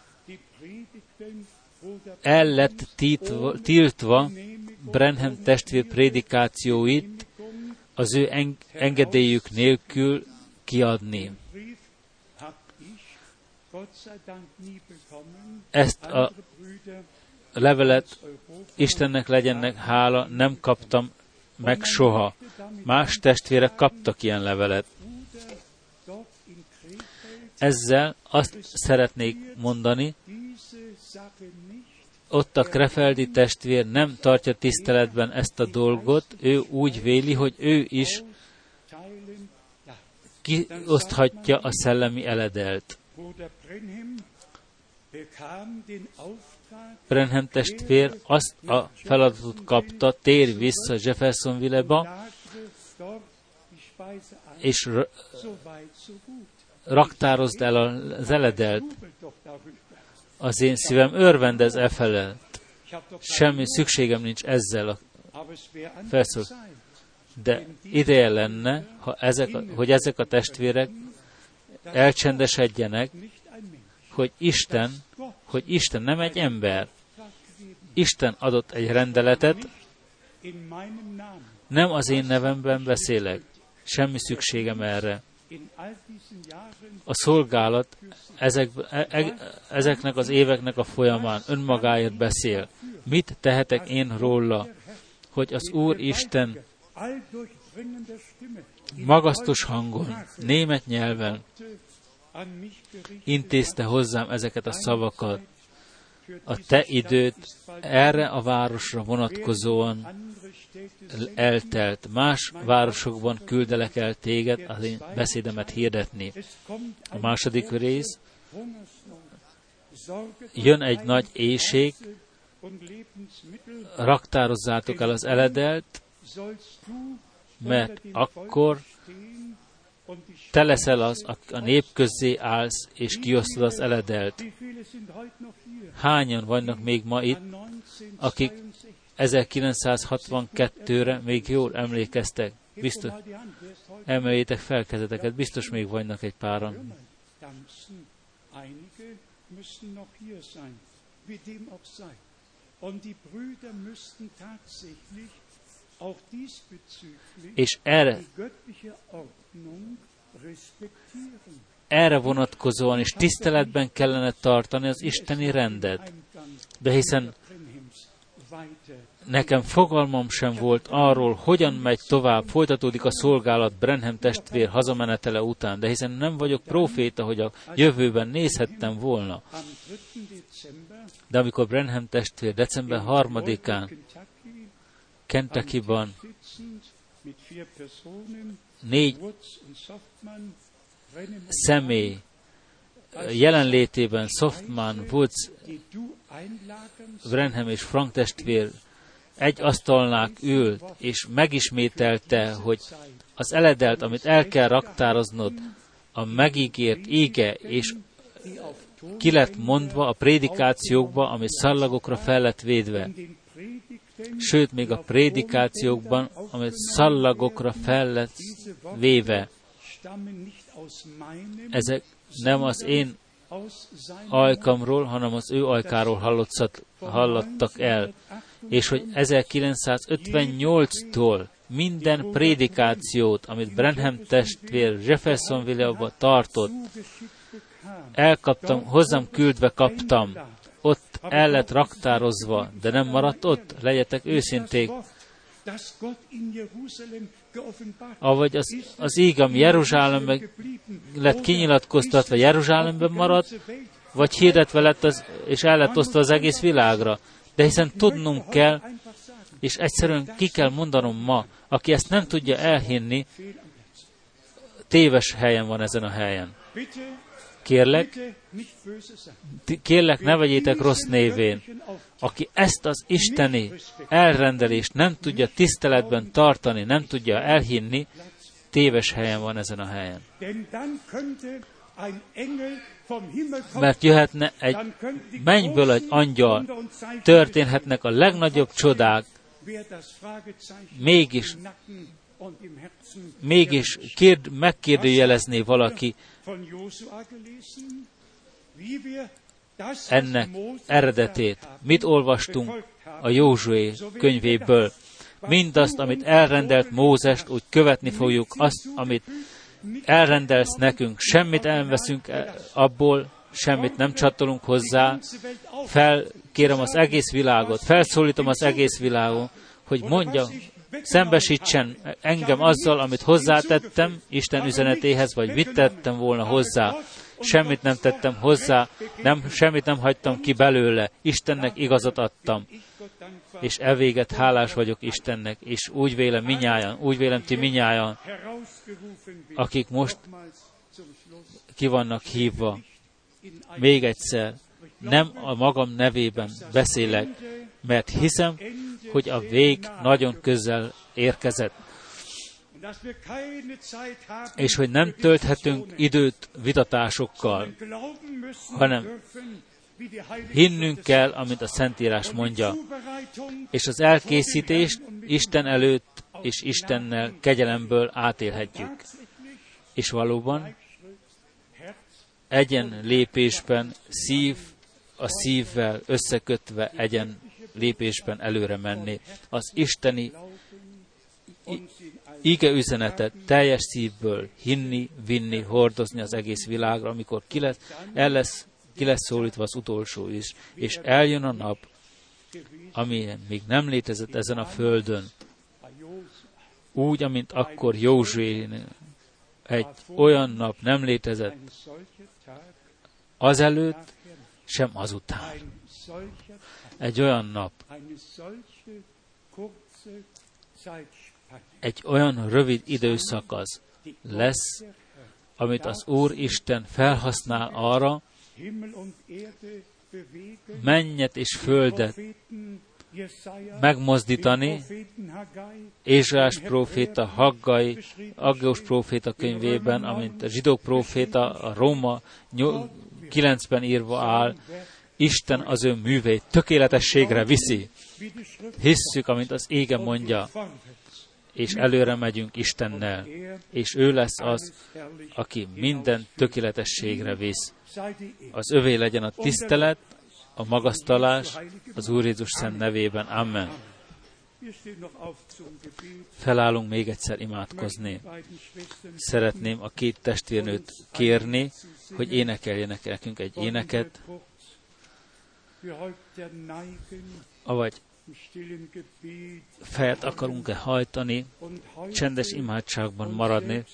el lett tiltva, tiltva Branham testvér prédikációit az ő en- engedélyük nélkül kiadni. Ezt a levelet, Istennek legyennek hála, nem kaptam meg soha. Más testvérek kaptak ilyen levelet. Ezzel azt szeretnék mondani, ott a Krefeldi testvér nem tartja tiszteletben ezt a dolgot, ő úgy véli, hogy ő is kioszthatja a szellemi eledelt. Branham testvér azt a feladatot kapta, tér vissza Jeffersonville-ba, és raktározd el az eledelt. Az én szívem örvendez e felett. Semmi szükségem nincs ezzel a felszól. De ideje lenne, ha ezek a, hogy ezek a testvérek elcsendesedjenek, hogy Isten, hogy Isten nem egy ember. Isten adott egy rendeletet, nem az én nevemben beszélek. Semmi szükségem erre. A szolgálat ezek, e, ezeknek az éveknek a folyamán önmagáért beszél. Mit tehetek én róla, hogy az Úr Isten magasztos hangon, német nyelven intézte hozzám ezeket a szavakat. A te időt erre a városra vonatkozóan eltelt. Más városokban küldelek el téged az én beszédemet hirdetni. A második rész. Jön egy nagy éhség, raktározzátok el az eledelt, mert akkor te leszel az, a nép közé állsz, és kiosztod az eledelt. Hányan vannak még ma itt, akik ezerkilencszázhatvankettőre még jól emlékeztek? Biztos, emeljétek fel kezeteket, biztos még vannak egy páran. És erre, erre vonatkozóan is tiszteletben kellene tartani az isteni rendet. De hiszen nekem fogalmam sem volt arról, hogyan megy tovább, folytatódik a szolgálat Branham testvér hazamenetele után, de hiszen nem vagyok próféta, hogy a jövőben nézhettem volna. De amikor Branham testvér december harmadikán Kentuckyban négy személy jelenlétében Softman, Woods, Branham és Frank testvér egy asztalnál ült, és megismételte, hogy az eledelt, amit el kell raktároznod, a megígért íge, és ki lett mondva a prédikációkba, ami szallagokra fel lett védve. Sőt, még a prédikációkban, amit szallagokra fel lett véve. Ezek nem az én ajkamról, hanem az ő ajkáról hallottak el. És hogy ezerkilencszázötvennyolctól minden prédikációt, amit Branham testvér Jeffersonville-ba tartott, elkaptam, hozzám küldve kaptam. Ott el lett raktározva, de nem maradt ott, legyetek őszinték. Avagy az, az íg, ami Jeruzsálemben lett kinyilatkoztatva, Jeruzsálemben maradt, vagy hirdetve lett az, és el lett osztva az egész világra. De hiszen tudnunk kell, és egyszerűen ki kell mondanom ma, aki ezt nem tudja elhinni, téves helyen van ezen a helyen. Kérlek, kérlek, ne vegyétek rossz névén. Aki ezt az isteni elrendelést nem tudja tiszteletben tartani, nem tudja elhinni, téves helyen van ezen a helyen. Mert jöhetne egy mennyből egy angyal, történhetnek a legnagyobb csodák, mégis, mégis kérd, megkérdőjelezné valaki ennek eredetét. Mit olvastunk a Józsué könyvéből? Mindazt, amit elrendelt Mózest, úgy követni fogjuk, azt, amit elrendelsz nekünk. Semmit nem veszünk abból, semmit nem csatolunk hozzá. Felkérem az egész világot, felszólítom az egész világot, hogy mondja, szembesítsen engem azzal, amit hozzátettem Isten üzenetéhez, vagy mit tettem volna hozzá. Semmit nem tettem hozzá, nem, semmit nem hagytam ki belőle. Istennek igazat adtam. És evéget hálás vagyok Istennek, és úgy vélem minnyájan, úgy vélem ti minnyájan, akik most ki vannak hívva. Még egyszer, nem a magam nevében beszélek, mert hiszem, hogy a vég nagyon közel érkezett, és hogy nem tölthetünk időt vitatásokkal, hanem hinnünk kell, amit a Szentírás mondja, és az elkészítést Isten előtt és Istennel kegyelemből átélhetjük. És valóban egyen lépésben, szív a szívvel összekötve egyen lépésben előre menni. Az isteni ige üzenetet teljes szívből hinni, vinni, hordozni az egész világra, amikor ki lesz, el lesz, ki lesz szólítva az utolsó is, és eljön a nap, amilyen még nem létezett ezen a földön, úgy, amint akkor Józsuén egy olyan nap nem létezett azelőtt, sem azután. Egy olyan nap, egy olyan rövid időszakasz lesz, amit az Úr Isten felhasznál arra, mennyet és földet megmozdítani. Ézsaiás próféta, Haggai, Aggeus próféta könyvében, amint a zsidók próféta a Róma kilencben írva áll, Isten az ő művét tökéletességre viszi. Hisszük, amint az ége mondja, és előre megyünk Istennel, és ő lesz az, aki minden tökéletességre visz. Az övé legyen a tisztelet, a magasztalás az Úr Jézus szent nevében. Amen. Felállunk még egyszer imádkozni. Szeretném a két testvérnőt kérni, hogy énekeljenek nekünk egy éneket, avagy fejet akarunk-e hajtani, csendes imádságban maradni,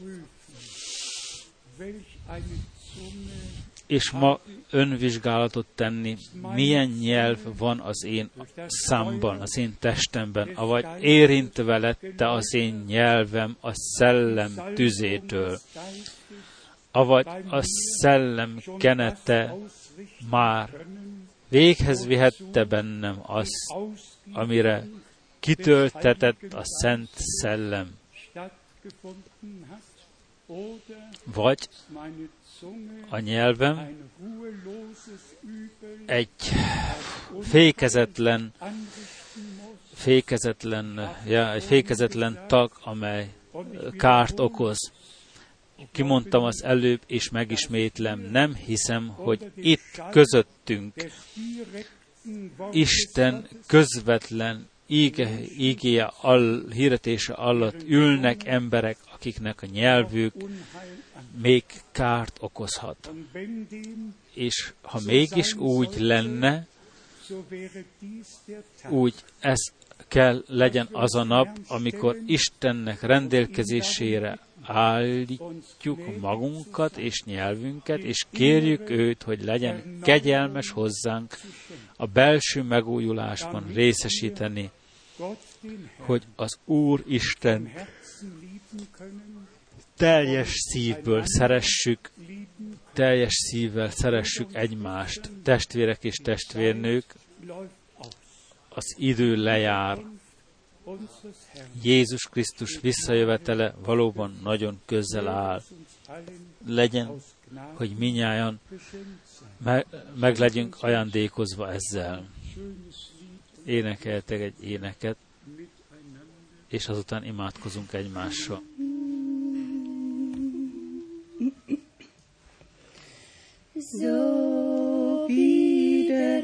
és ma önvizsgálatot tenni, milyen nyelv van az én számban, az én testemben, avagy érintve lette az én nyelvem a szellem tüzétől, avagy a szellem kenete már véghez vihette bennem azt, amire kitöltetett a Szent Szellem. Vagy a nyelvem egy fékezetlen, fékezetlen, ja, egy fékezetlen tag, amely kárt okoz. Kimondtam az előbb, és megismétlem, nem hiszem, hogy itt közöttünk Isten közvetlen íge, ígéje, all, hirdetése alatt ülnek emberek, akiknek a nyelvük még kárt okozhat. És ha mégis úgy lenne, úgy ez kell legyen az a nap, amikor Istennek rendelkezésére állítjuk magunkat és nyelvünket, és kérjük őt, hogy legyen kegyelmes hozzánk a belső megújulásban részesíteni, hogy az Úr Isten teljes szívből szeressük, teljes szívvel szeressük egymást, testvérek és testvérnők, az idő lejár. Jézus Krisztus visszajövetele valóban nagyon közel áll. Legyen, hogy minnyájan meg, meg legyünk ajándékozva ezzel. Énekeltek egy éneket, és azután imádkozunk egymással. So wie der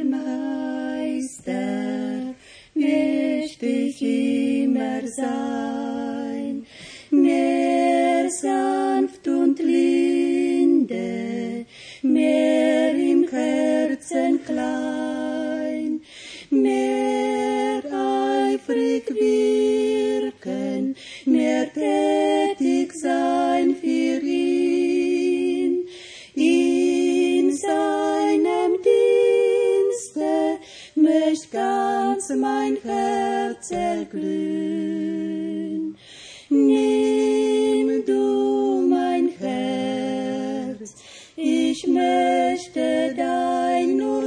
Meister möchte ich immer sein, mehr sanft und linde, mehr im Herzen klein, mehr eifrig wirken, mehr tätig sein für ihn. In seinem Dienste möcht ganz mein Herz erglühen. Nimm du mein Herz, ich möchte dein nur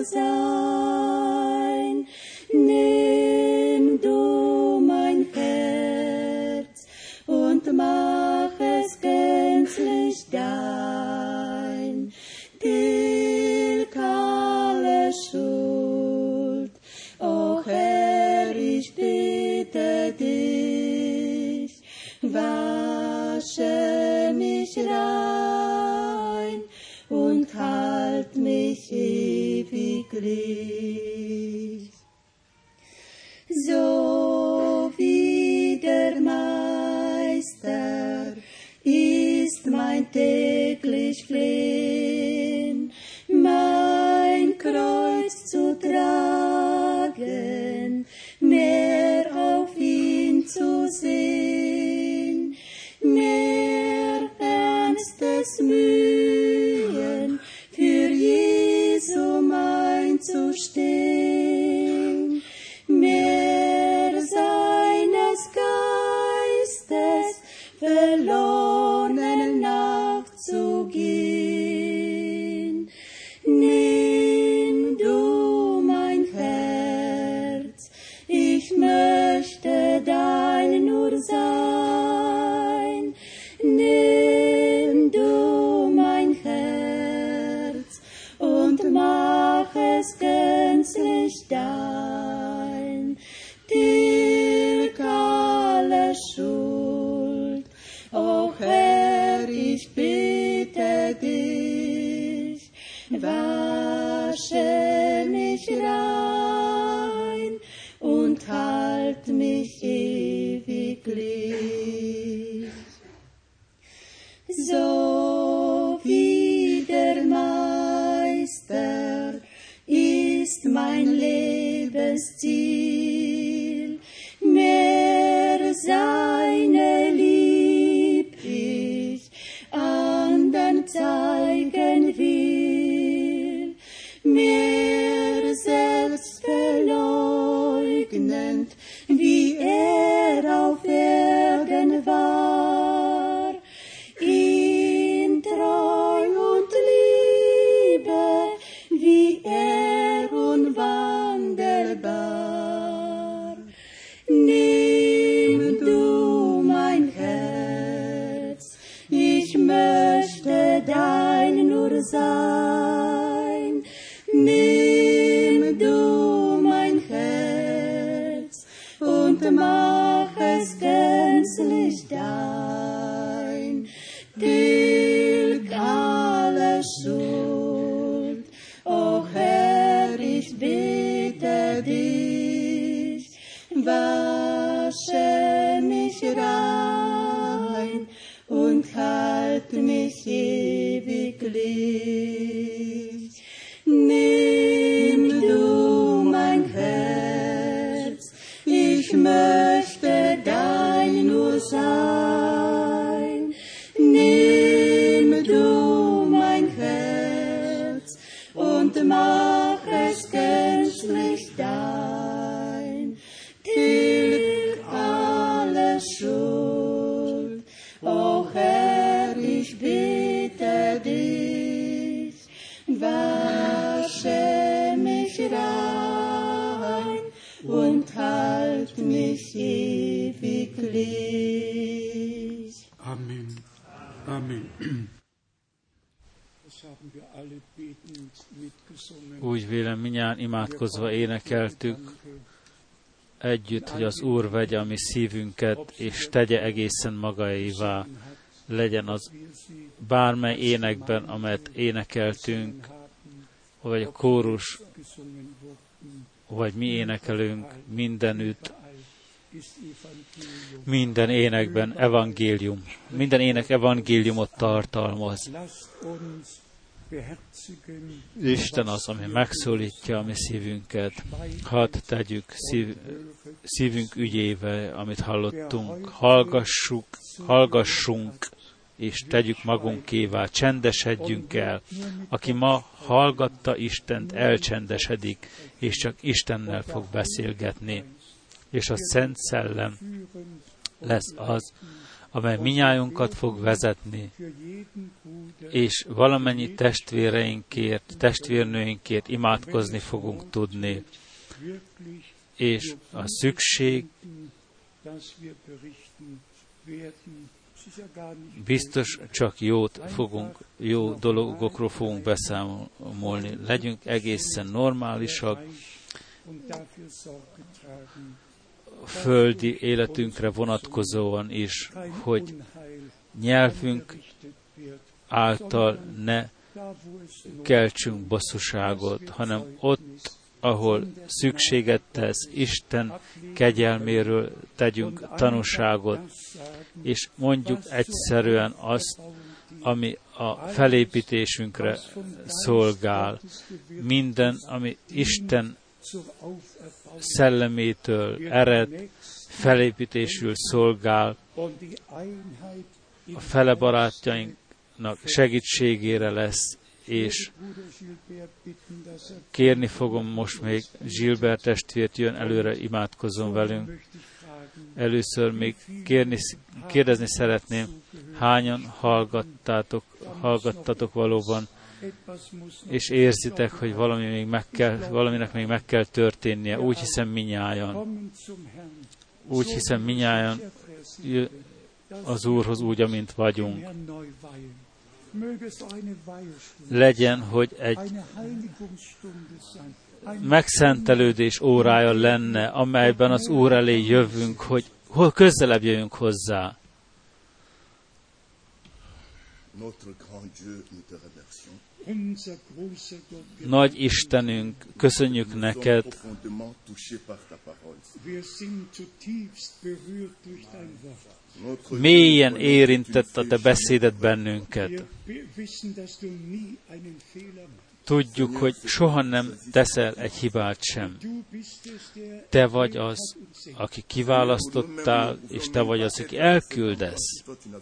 rein und halt mich ewiglich. So wie der Meister ist mein täglich Flehen, mein Kreuz zu tragen, mehr auf ihn zu sehen, mehr ernstes Mühen für Jesum einzustehen, mehr seines Geistes verloren nachzugehen. Nimm du mein Herz, ich möchte dein nur sein. Nimm du mein Herz und mach es gänzlich dein. Tilg alle Schuld, o Herr, ich bitte dich, wasche mich rein und halt mich ewiglich. So wie der Meister ist mein Lebensziel, mehr seine lieb ich andern zeigen will, mehr selbstverleugnend, wie er auf Erden war, in Treu und Liebe, wie er unwandelbar. Nimm du mein Herz, ich möchte dein nur sein. Nimm du mein Herz und mach es gänzlich dein. Tilg alle Schuld, o Herr, ich bitte dich, wasche mich rein und halt mich ewiglich. Nimm du mein Herz, ich möchte dein nur sein. Nimm du mein Herz und mach es gänzlich dein. Tilg alle Schuld, o Herr, ich bitte dich, wasche mich rein und halt mich ewiglich. Amen. Amen. Úgy vélem, mindjárt imádkozva énekeltük együtt, hogy az Úr vegye a mi szívünket, és tegye egészen magáévá. Legyen az bármely énekben, amelyet énekeltünk, vagy a kórus, vagy mi énekelünk, mindenütt, minden énekben evangélium, minden ének evangéliumot tartalmaz. Isten az, ami megszólítja a mi szívünket. Hadd tegyük szív, szívünk ügyébe, amit hallottunk. Hallgassuk, hallgassunk, és tegyük magunkévá, csendesedjünk el. Aki ma hallgatta Istent, elcsendesedik, és csak Istennel fog beszélgetni. És a Szent Szellem lesz az, amely minnyájunkat fog vezetni, és valamennyi testvéreinkért, testvérnőinkért imádkozni fogunk tudni. És a szükség biztos csak jót fogunk, jó dolgokról fogunk beszámolni. Legyünk egészen normálisak, földi életünkre vonatkozóan is, hogy nyelvünk által ne keltsünk bosszúságot, hanem ott, ahol szükséget tesz, Isten kegyelméről tegyünk tanúságot, és mondjuk egyszerűen azt, ami a felépítésünkre szolgál. Minden, ami Isten szellemétől ered, felépítésül szolgál, a fele barátjainknak segítségére lesz, és kérni fogom most még Gilbert testvért, jön előre, imádkozzon velünk. Először még kérni, kérdezni szeretném, hányan hallgattátok, hallgattatok valóban, és érzitek, hogy valami még meg kell, valaminek még meg kell történnie. Úgy hiszem minnyájan. Úgy hiszem minnyájan az Úrhoz úgy, amint vagyunk. Legyen, hogy egy megszentelődés órája lenne, amelyben az Úr elé jövünk, hogy hol közelebb jöjjünk hozzá. Nagy Istenünk, köszönjük neked, mélyen érintett a te beszédet bennünket. Tudjuk, hogy soha nem teszel egy hibát sem. Te vagy az, aki kiválasztottál, és te vagy az, aki elküldesz.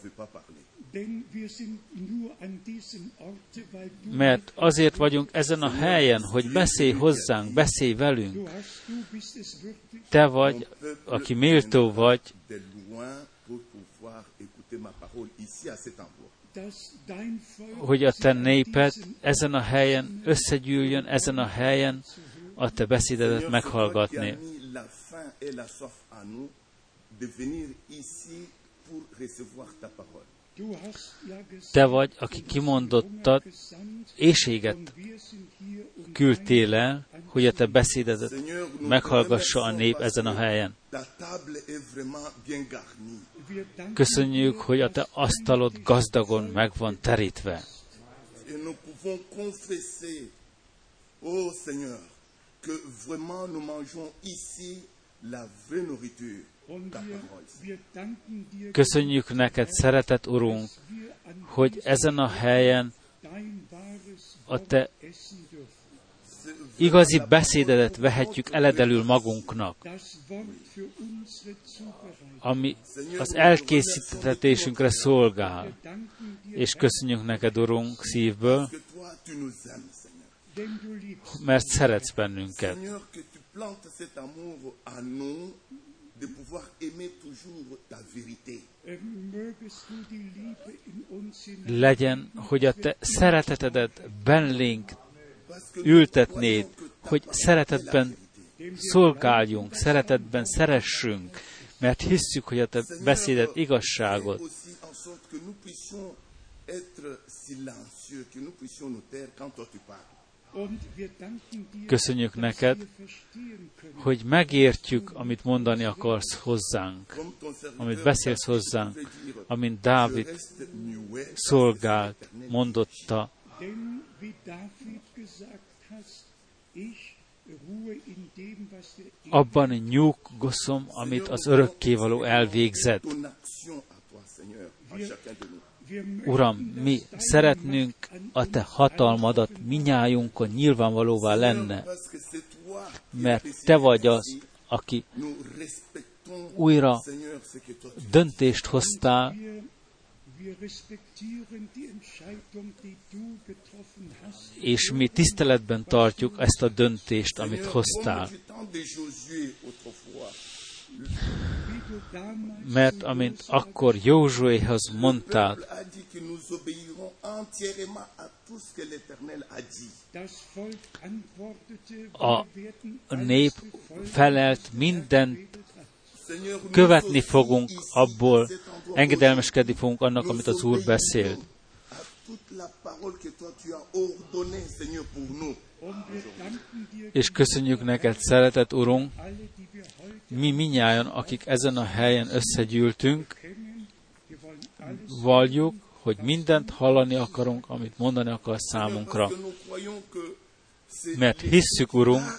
Mert azért vagyunk ezen a helyen, hogy beszélj hozzánk, beszélj velünk. Te vagy, aki méltó vagy, hogy a te néped ezen a helyen összegyűljön, ezen a helyen a te beszédedet meghallgatni. Te vagy, aki kimondottad, éhséget küldtél el, hogy a te beszédedet meghallgassa a nép ezen a helyen. Köszönjük, hogy a te asztalod gazdagon meg van terítve. Köszönjük neked, szeretett Urunk, hogy ezen a helyen a te igazi beszédedet vehetjük eledelül magunknak, ami az elkészítetésünkre szolgál. És köszönjük neked, Urunk, szívből, mert szeretsz bennünket. De pouvoir aimer toujours ta vérité. Legyen, hogy a te szeretetedet bennénk ültetnéd, hogy szeretetben szolgáljunk, szeretetben szeressünk, mert hisszük, hogy a te beszédet igazságot. Köszönjük neked, hogy megértjük, amit mondani akarsz hozzánk, amit beszélsz hozzánk, amint Dávid szolgált, mondotta, abban nyugodom, amit az örökkévaló elvégzett. Uram, mi szeretnünk a te hatalmadat minnyájunkon nyilvánvalóvá lenne, mert te vagy az, aki újra döntést hoztál, és mi tiszteletben tartjuk ezt a döntést, amit hoztál. Mert amint akkor Józsuéhoz mondtál, a nép felelt, mindent követni fogunk abból, engedelmeskedni fogunk annak, amit az Úr beszélt. És köszönjük neked, szeretett Urunk, mi minnyájan, akik ezen a helyen összegyűltünk, valljuk, hogy mindent hallani akarunk, amit mondani akar számunkra. Mert hisszük, Urunk,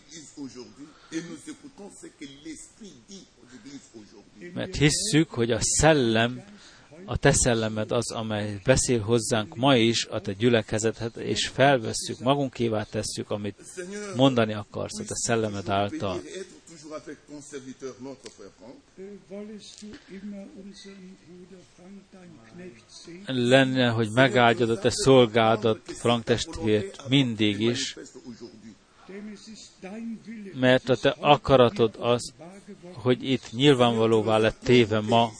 mert hisszük, hogy a szellem, a te szellemed az, amely beszél hozzánk ma is a te gyülekezetet, és felvesszük, magunkévá tesszük, amit mondani akarsz a te szellemed által. Lenne, hogy megáldjad a te szolgádat, Frank testvért, mindig is, mert a te akaratod az, hogy itt nyilvánvalóvá lett téve ma,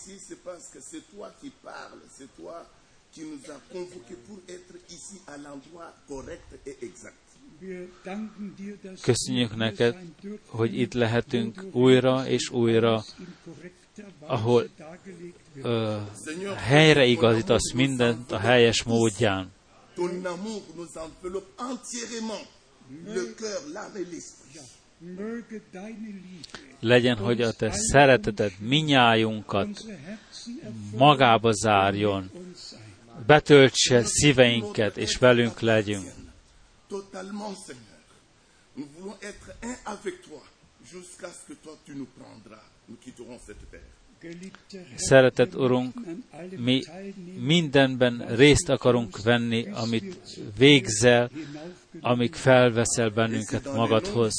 köszönjük neked, hogy itt lehetünk újra és újra, ahol ö, helyre igazítasz mindent a helyes módján. Legyen, hogy a te szereteted minnyájunkat magába zárjon, betöltse szíveinket, és velünk legyünk. Szeretett Urunk, mi mindenben részt akarunk venni, amit végzel, amíg felveszel bennünket magadhoz.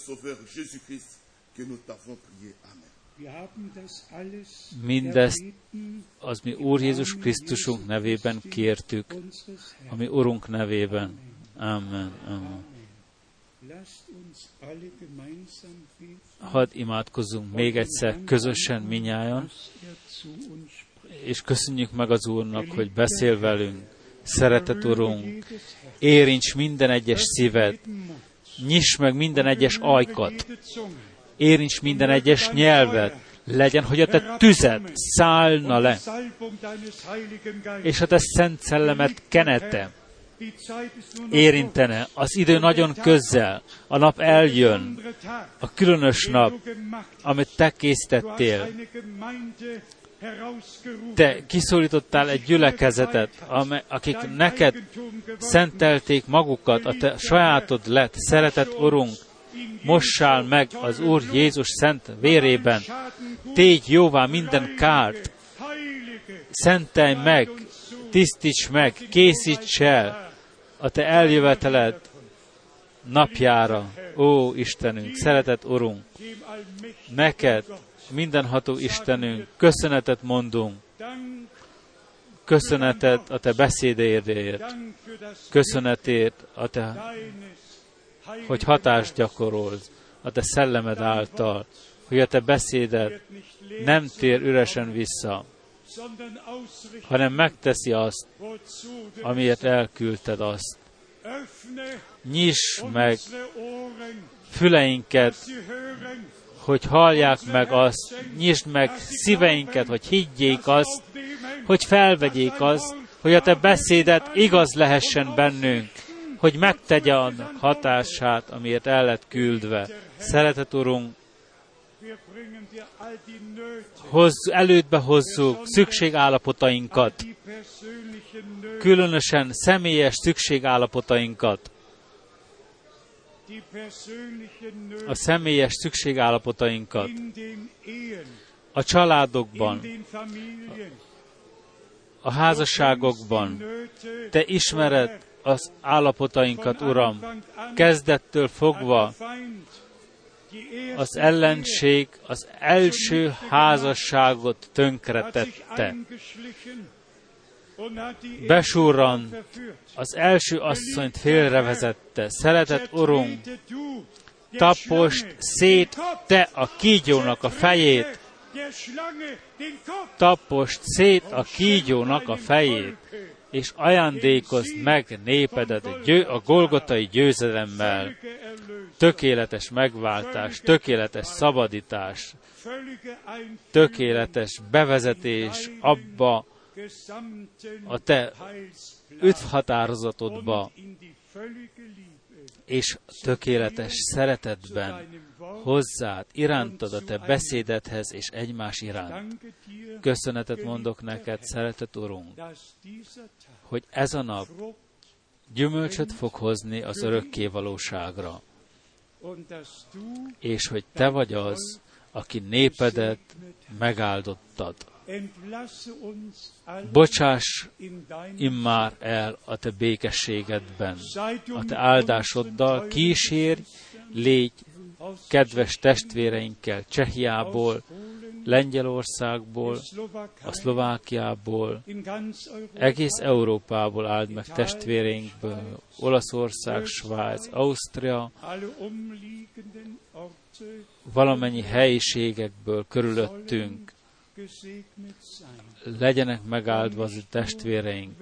Mindezt az mi Úr Jézus Krisztusunk nevében kértük, a mi Urunk nevében. Amen. Amen. Hadd imádkozzunk még egyszer közösen minnyájan, és köszönjük meg az Úrnak, hogy beszél velünk. Szeretett Urunk, érints minden egyes szívet, nyisd meg minden egyes ajkat, érints minden egyes nyelvet, legyen, hogy a te tüzed szállna le, és a te szent szellemet kenete érintene. Az idő nagyon közel, a nap eljön, a különös nap, amit te készítettél. Te kiszólítottál egy gyülekezetet, akik neked szentelték magukat, a te sajátod lett, szeretett Urunk, mossál meg az Úr Jézus szent vérében, tégy jóvá minden kárt, szentelj meg, tisztíts meg, készíts el a te eljöveteled napjára. Ó, Istenünk, szeretett Urunk, neked, mindenható Istenünk, köszönetet mondunk, köszönetet a te beszédéért, köszönetért a te, hogy hatást gyakorolsz a te szellemed által, hogy a te beszéded nem tér üresen vissza, hanem megteszi azt, amiért elküldted azt. Nyisd meg füleinket, hogy hallják meg azt, nyisd meg szíveinket, hogy higgyék azt, hogy felvegyék azt, hogy a te beszédet igaz lehessen bennünk, hogy megtegye annak hatását, amiért el lett küldve. Szeretett Urunk, hozz, elődbe hozzuk szükségállapotainkat, különösen személyes szükségállapotainkat, a személyes szükségállapotainkat a családokban, a házasságokban. Te ismered az állapotainkat, Uram, kezdettől fogva az ellenség az első házasságot tönkretette. Besurrant, az első asszonyt félrevezette. Szeretett Urunk, taposd szét te a kígyónak a fejét, taposd szét a kígyónak a fejét, és ajándékozd meg népedet a golgotai győzelemmel. Tökéletes megváltás, tökéletes szabadítás, tökéletes bevezetés abba a te üdvhatározatodba, és tökéletes szeretetben hozzád, irántad a te beszédedhez és egymás iránt. Köszönetet mondok neked, szeretett Urunk, hogy ez a nap gyümölcsöt fog hozni az örökké valóságra, és hogy te vagy az, aki népedet megáldottad. Bocsáss immár el a te békességedben, a te áldásoddal, kísérj, légy kedves testvéreinkkel Csehiából, Lengyelországból, a Szlovákiából, egész Európából áld meg testvéreinkből, Olaszország, Svájc, Ausztria, valamennyi helyiségekből körülöttünk. Legyenek megáldva az testvéreink.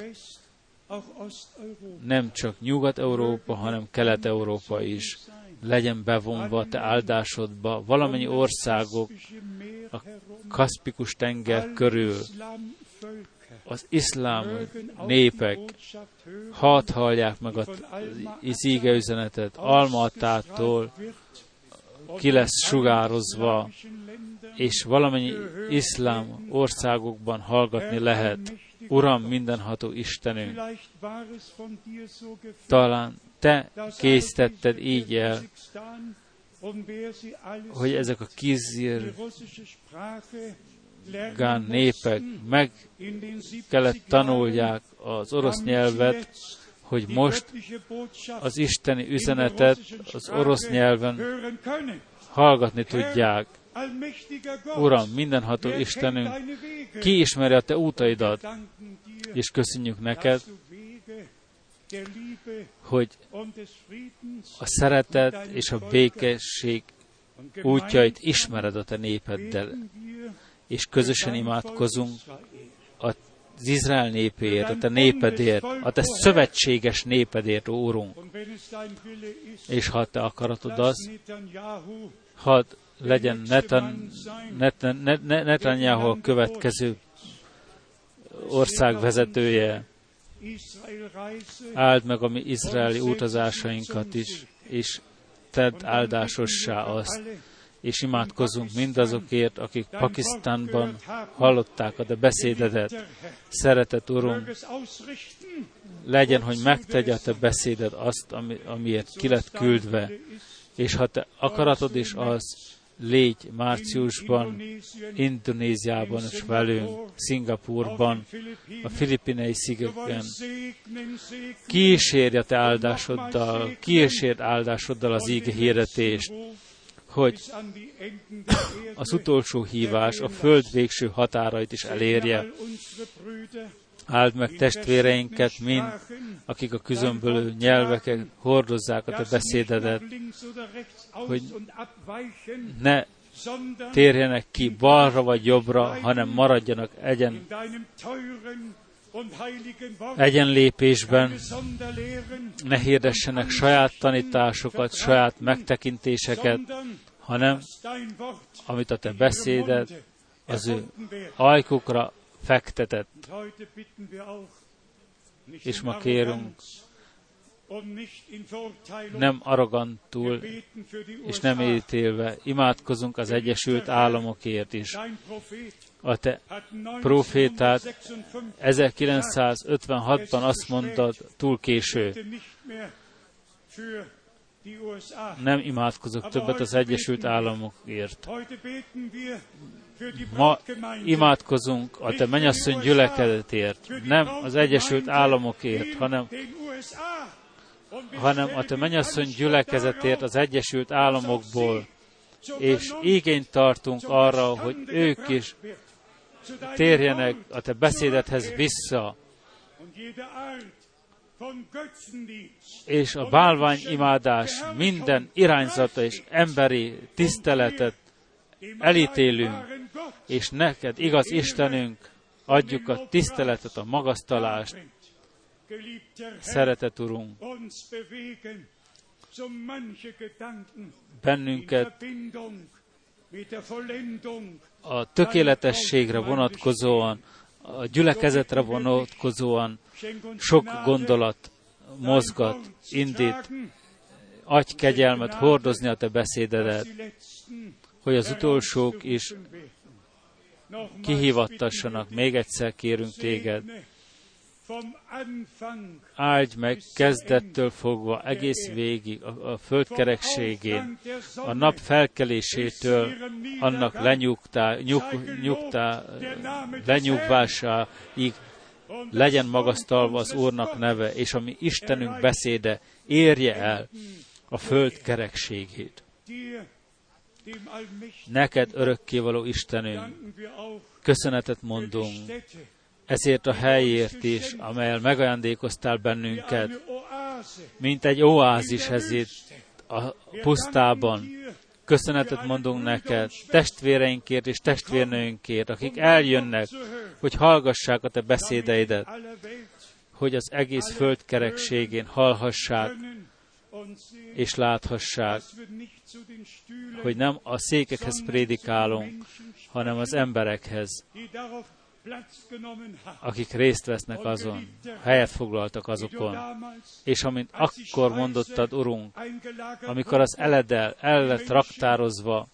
Nem csak Nyugat-Európa, hanem Kelet-Európa is. Legyen bevonva te áldásodba valamennyi országok a Kaszpikus tenger körül. Az iszlám népek hadd hallják meg az ígeüzenetet, Almatától ki lesz sugározva, és valamennyi iszlám országokban hallgatni lehet. Uram, mindenható Istenünk, talán te készítetted így el, hogy ezek a kizirgán népek meg kellett tanulják az orosz nyelvet, hogy most az isteni üzenetet az orosz nyelven hallgatni tudják. Uram, mindenható Istenünk, ki ismeri a te útaidat, és köszönjük neked, hogy a szeretet és a békesség útjait ismered a te népeddel, és közösen imádkozunk az Izrael népéért, a te népedért, a te szövetséges népedért, ó Urunk. És ha te akaratod az, hadd legyen Netan, Netan, Net, Netanyahu a következő ország vezetője. Áld meg a mi izraeli utazásainkat is, és tedd áldásossá azt, és imádkozunk mindazokért, akik Pakisztánban hallották a te beszédedet. Szeretett Urunk, legyen, hogy megtegye a te beszéded azt, ami, amiért ki lett küldve, és ha te akaratod is az, légy márciusban, Indonéziában és velünk, Szingapúrban, a Filipinei szigeten. Kísérj a te áldásoddal, kísérj áldásoddal az íge hirdetést, hogy az utolsó hívás a föld végső határait is elérje. Áld meg testvéreinket, mind, akik a különböző nyelveket hordozzák a te beszédedet, hogy ne térjenek ki balra vagy jobbra, hanem maradjanak egyen, egyenlépésben, ne hirdessenek saját tanításokat, saját megtekintéseket, hanem amit a te beszéded az ő ajkukra fektetett. És ma kérünk, nem arrogantul és nem ítélve, imádkozunk az Egyesült Államokért is. A te profétát ezerkilencszázötvenhatban azt mondtad, túl késő. Nem imádkozok többet az Egyesült Államokért. Ma imádkozunk a te mennyasszony gyülekezetért, nem az Egyesült Államokért, hanem, hanem a te mennyasszony gyülekezetért az Egyesült Államokból, és igényt tartunk arra, hogy ők is térjenek a te beszédedhez vissza, és a bálványimádás minden irányzata és emberi tiszteletet elítélünk, és neked, igaz Istenünk, adjuk a tiszteletet, a magasztalást. Szeretett Urunk, bennünket a tökéletességre vonatkozóan, a gyülekezetre vonatkozóan sok gondolat mozgat, indít. adj kegyelmet hordozni a te beszédedet, hogy az utolsók is kihívattassanak. Még egyszer kérünk téged, áldj meg kezdettől fogva egész végig a, a földkerekségén, a nap felkelésétől annak lenyugtá, nyug, nyugtá, lenyugvásáig legyen magasztalva az Úrnak neve, és ami Istenünk beszéde érje el a föld kerekségét. Neked örökkévaló Istenünk, köszönetet mondunk ezért a helyért is, amelyel megajándékoztál bennünket, mint egy oázis ezért a pusztában. Köszönetet mondunk neked, testvéreinkért és testvérnőinkért, akik eljönnek, hogy hallgassák a te beszédeidet, hogy az egész föld kerekségén hallhassák és láthassák, hogy nem a székekhez prédikálunk, hanem az emberekhez, akik részt vesznek azon, helyet foglaltak azokon. És amint akkor mondottad, Urunk, amikor az eledel el lett raktározva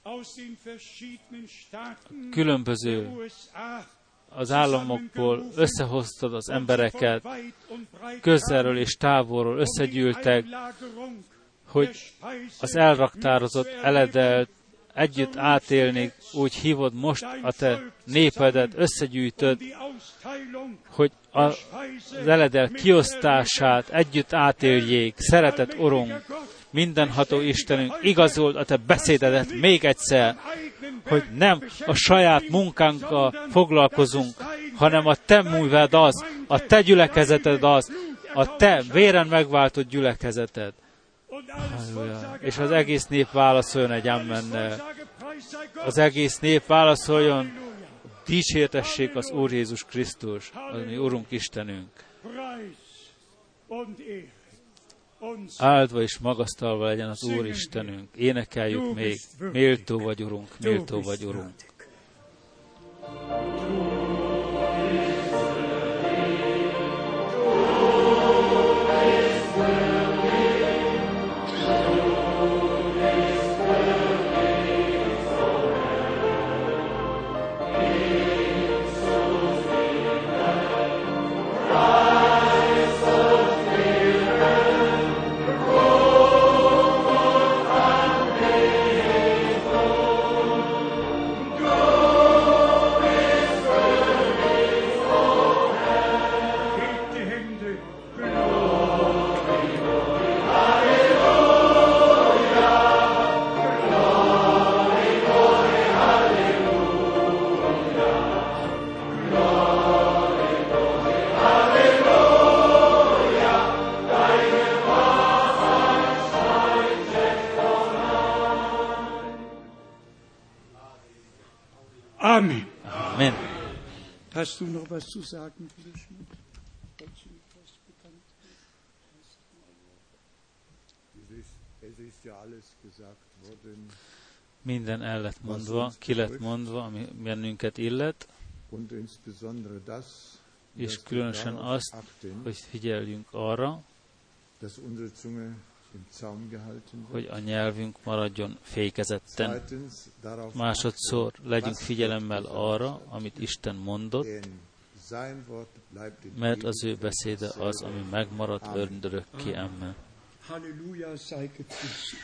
különböző az államokból, összehoztad az embereket, közelről és távolról összegyűltek, hogy az elraktározott eledelt együtt átélni, úgy hívod most a te népedet, összegyűjtöd, hogy az eledel kiosztását együtt átéljék. Szeretett Urunk, mindenható Istenünk, igazold a te beszédedet még egyszer, hogy nem a saját munkánkkal foglalkozunk, hanem a te műved az, a te gyülekezeted az, a te véren megváltott gyülekezeted. Halleluja. És az egész nép válaszoljon egy ammennel. Az egész nép válaszoljon, dicsértessék az Úr Jézus Krisztus, az mi Urunk Istenünk. Áldva és magasztalva legyen az Úr Istenünk. Énekeljük még, méltó vagy Urunk, méltó vagy Urunk. Amen. Amen. Hast du noch was zu sagen, Bruder Schmidt? Minden el lett mondva, ki lett mondva, ami bennünket illet, és különösen azt, hogy figyeljünk arra, hogy a nyelvünk maradjon fékezetten. Másodszor legyünk figyelemmel arra, amit Isten mondott, mert az ő beszéde az, ami megmaradt örökké. Amen. Halleluja, sei gepriesen.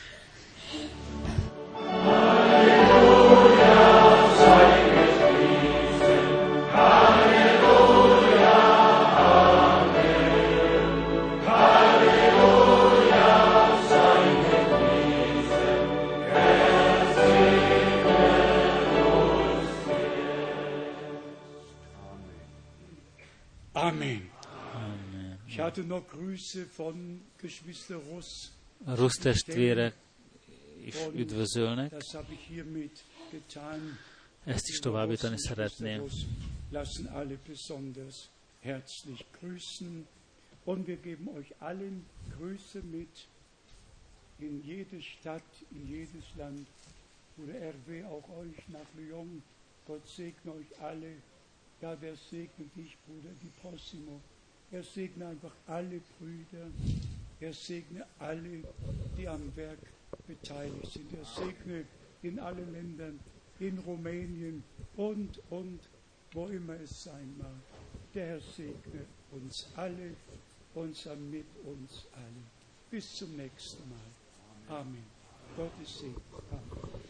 Amen. Amen. Ich hatte noch Grüße von Geschwister Russ. A Rusz testvérek is üdvözölnek. Das habe ich hiermit getan. Ezt is továbbítani szeretném. Lassen alle besonders herzlich grüßen und wir geben euch allen Grüße mit in jede Stadt, in jedes Land. Bruder Hervé, auch euch nach Lyon. Gott segne euch alle. Ja, wer segnet dich, Bruder Di Prossimo? Er segne einfach alle Brüder Er segne alle, die am Werk beteiligt sind. Er segne in allen Ländern, in Rumänien und, und, wo immer es sein mag. Der Herr segne uns alle und sei mit uns allen. Bis zum nächsten Mal. Amen. Gottes Segen. Amen.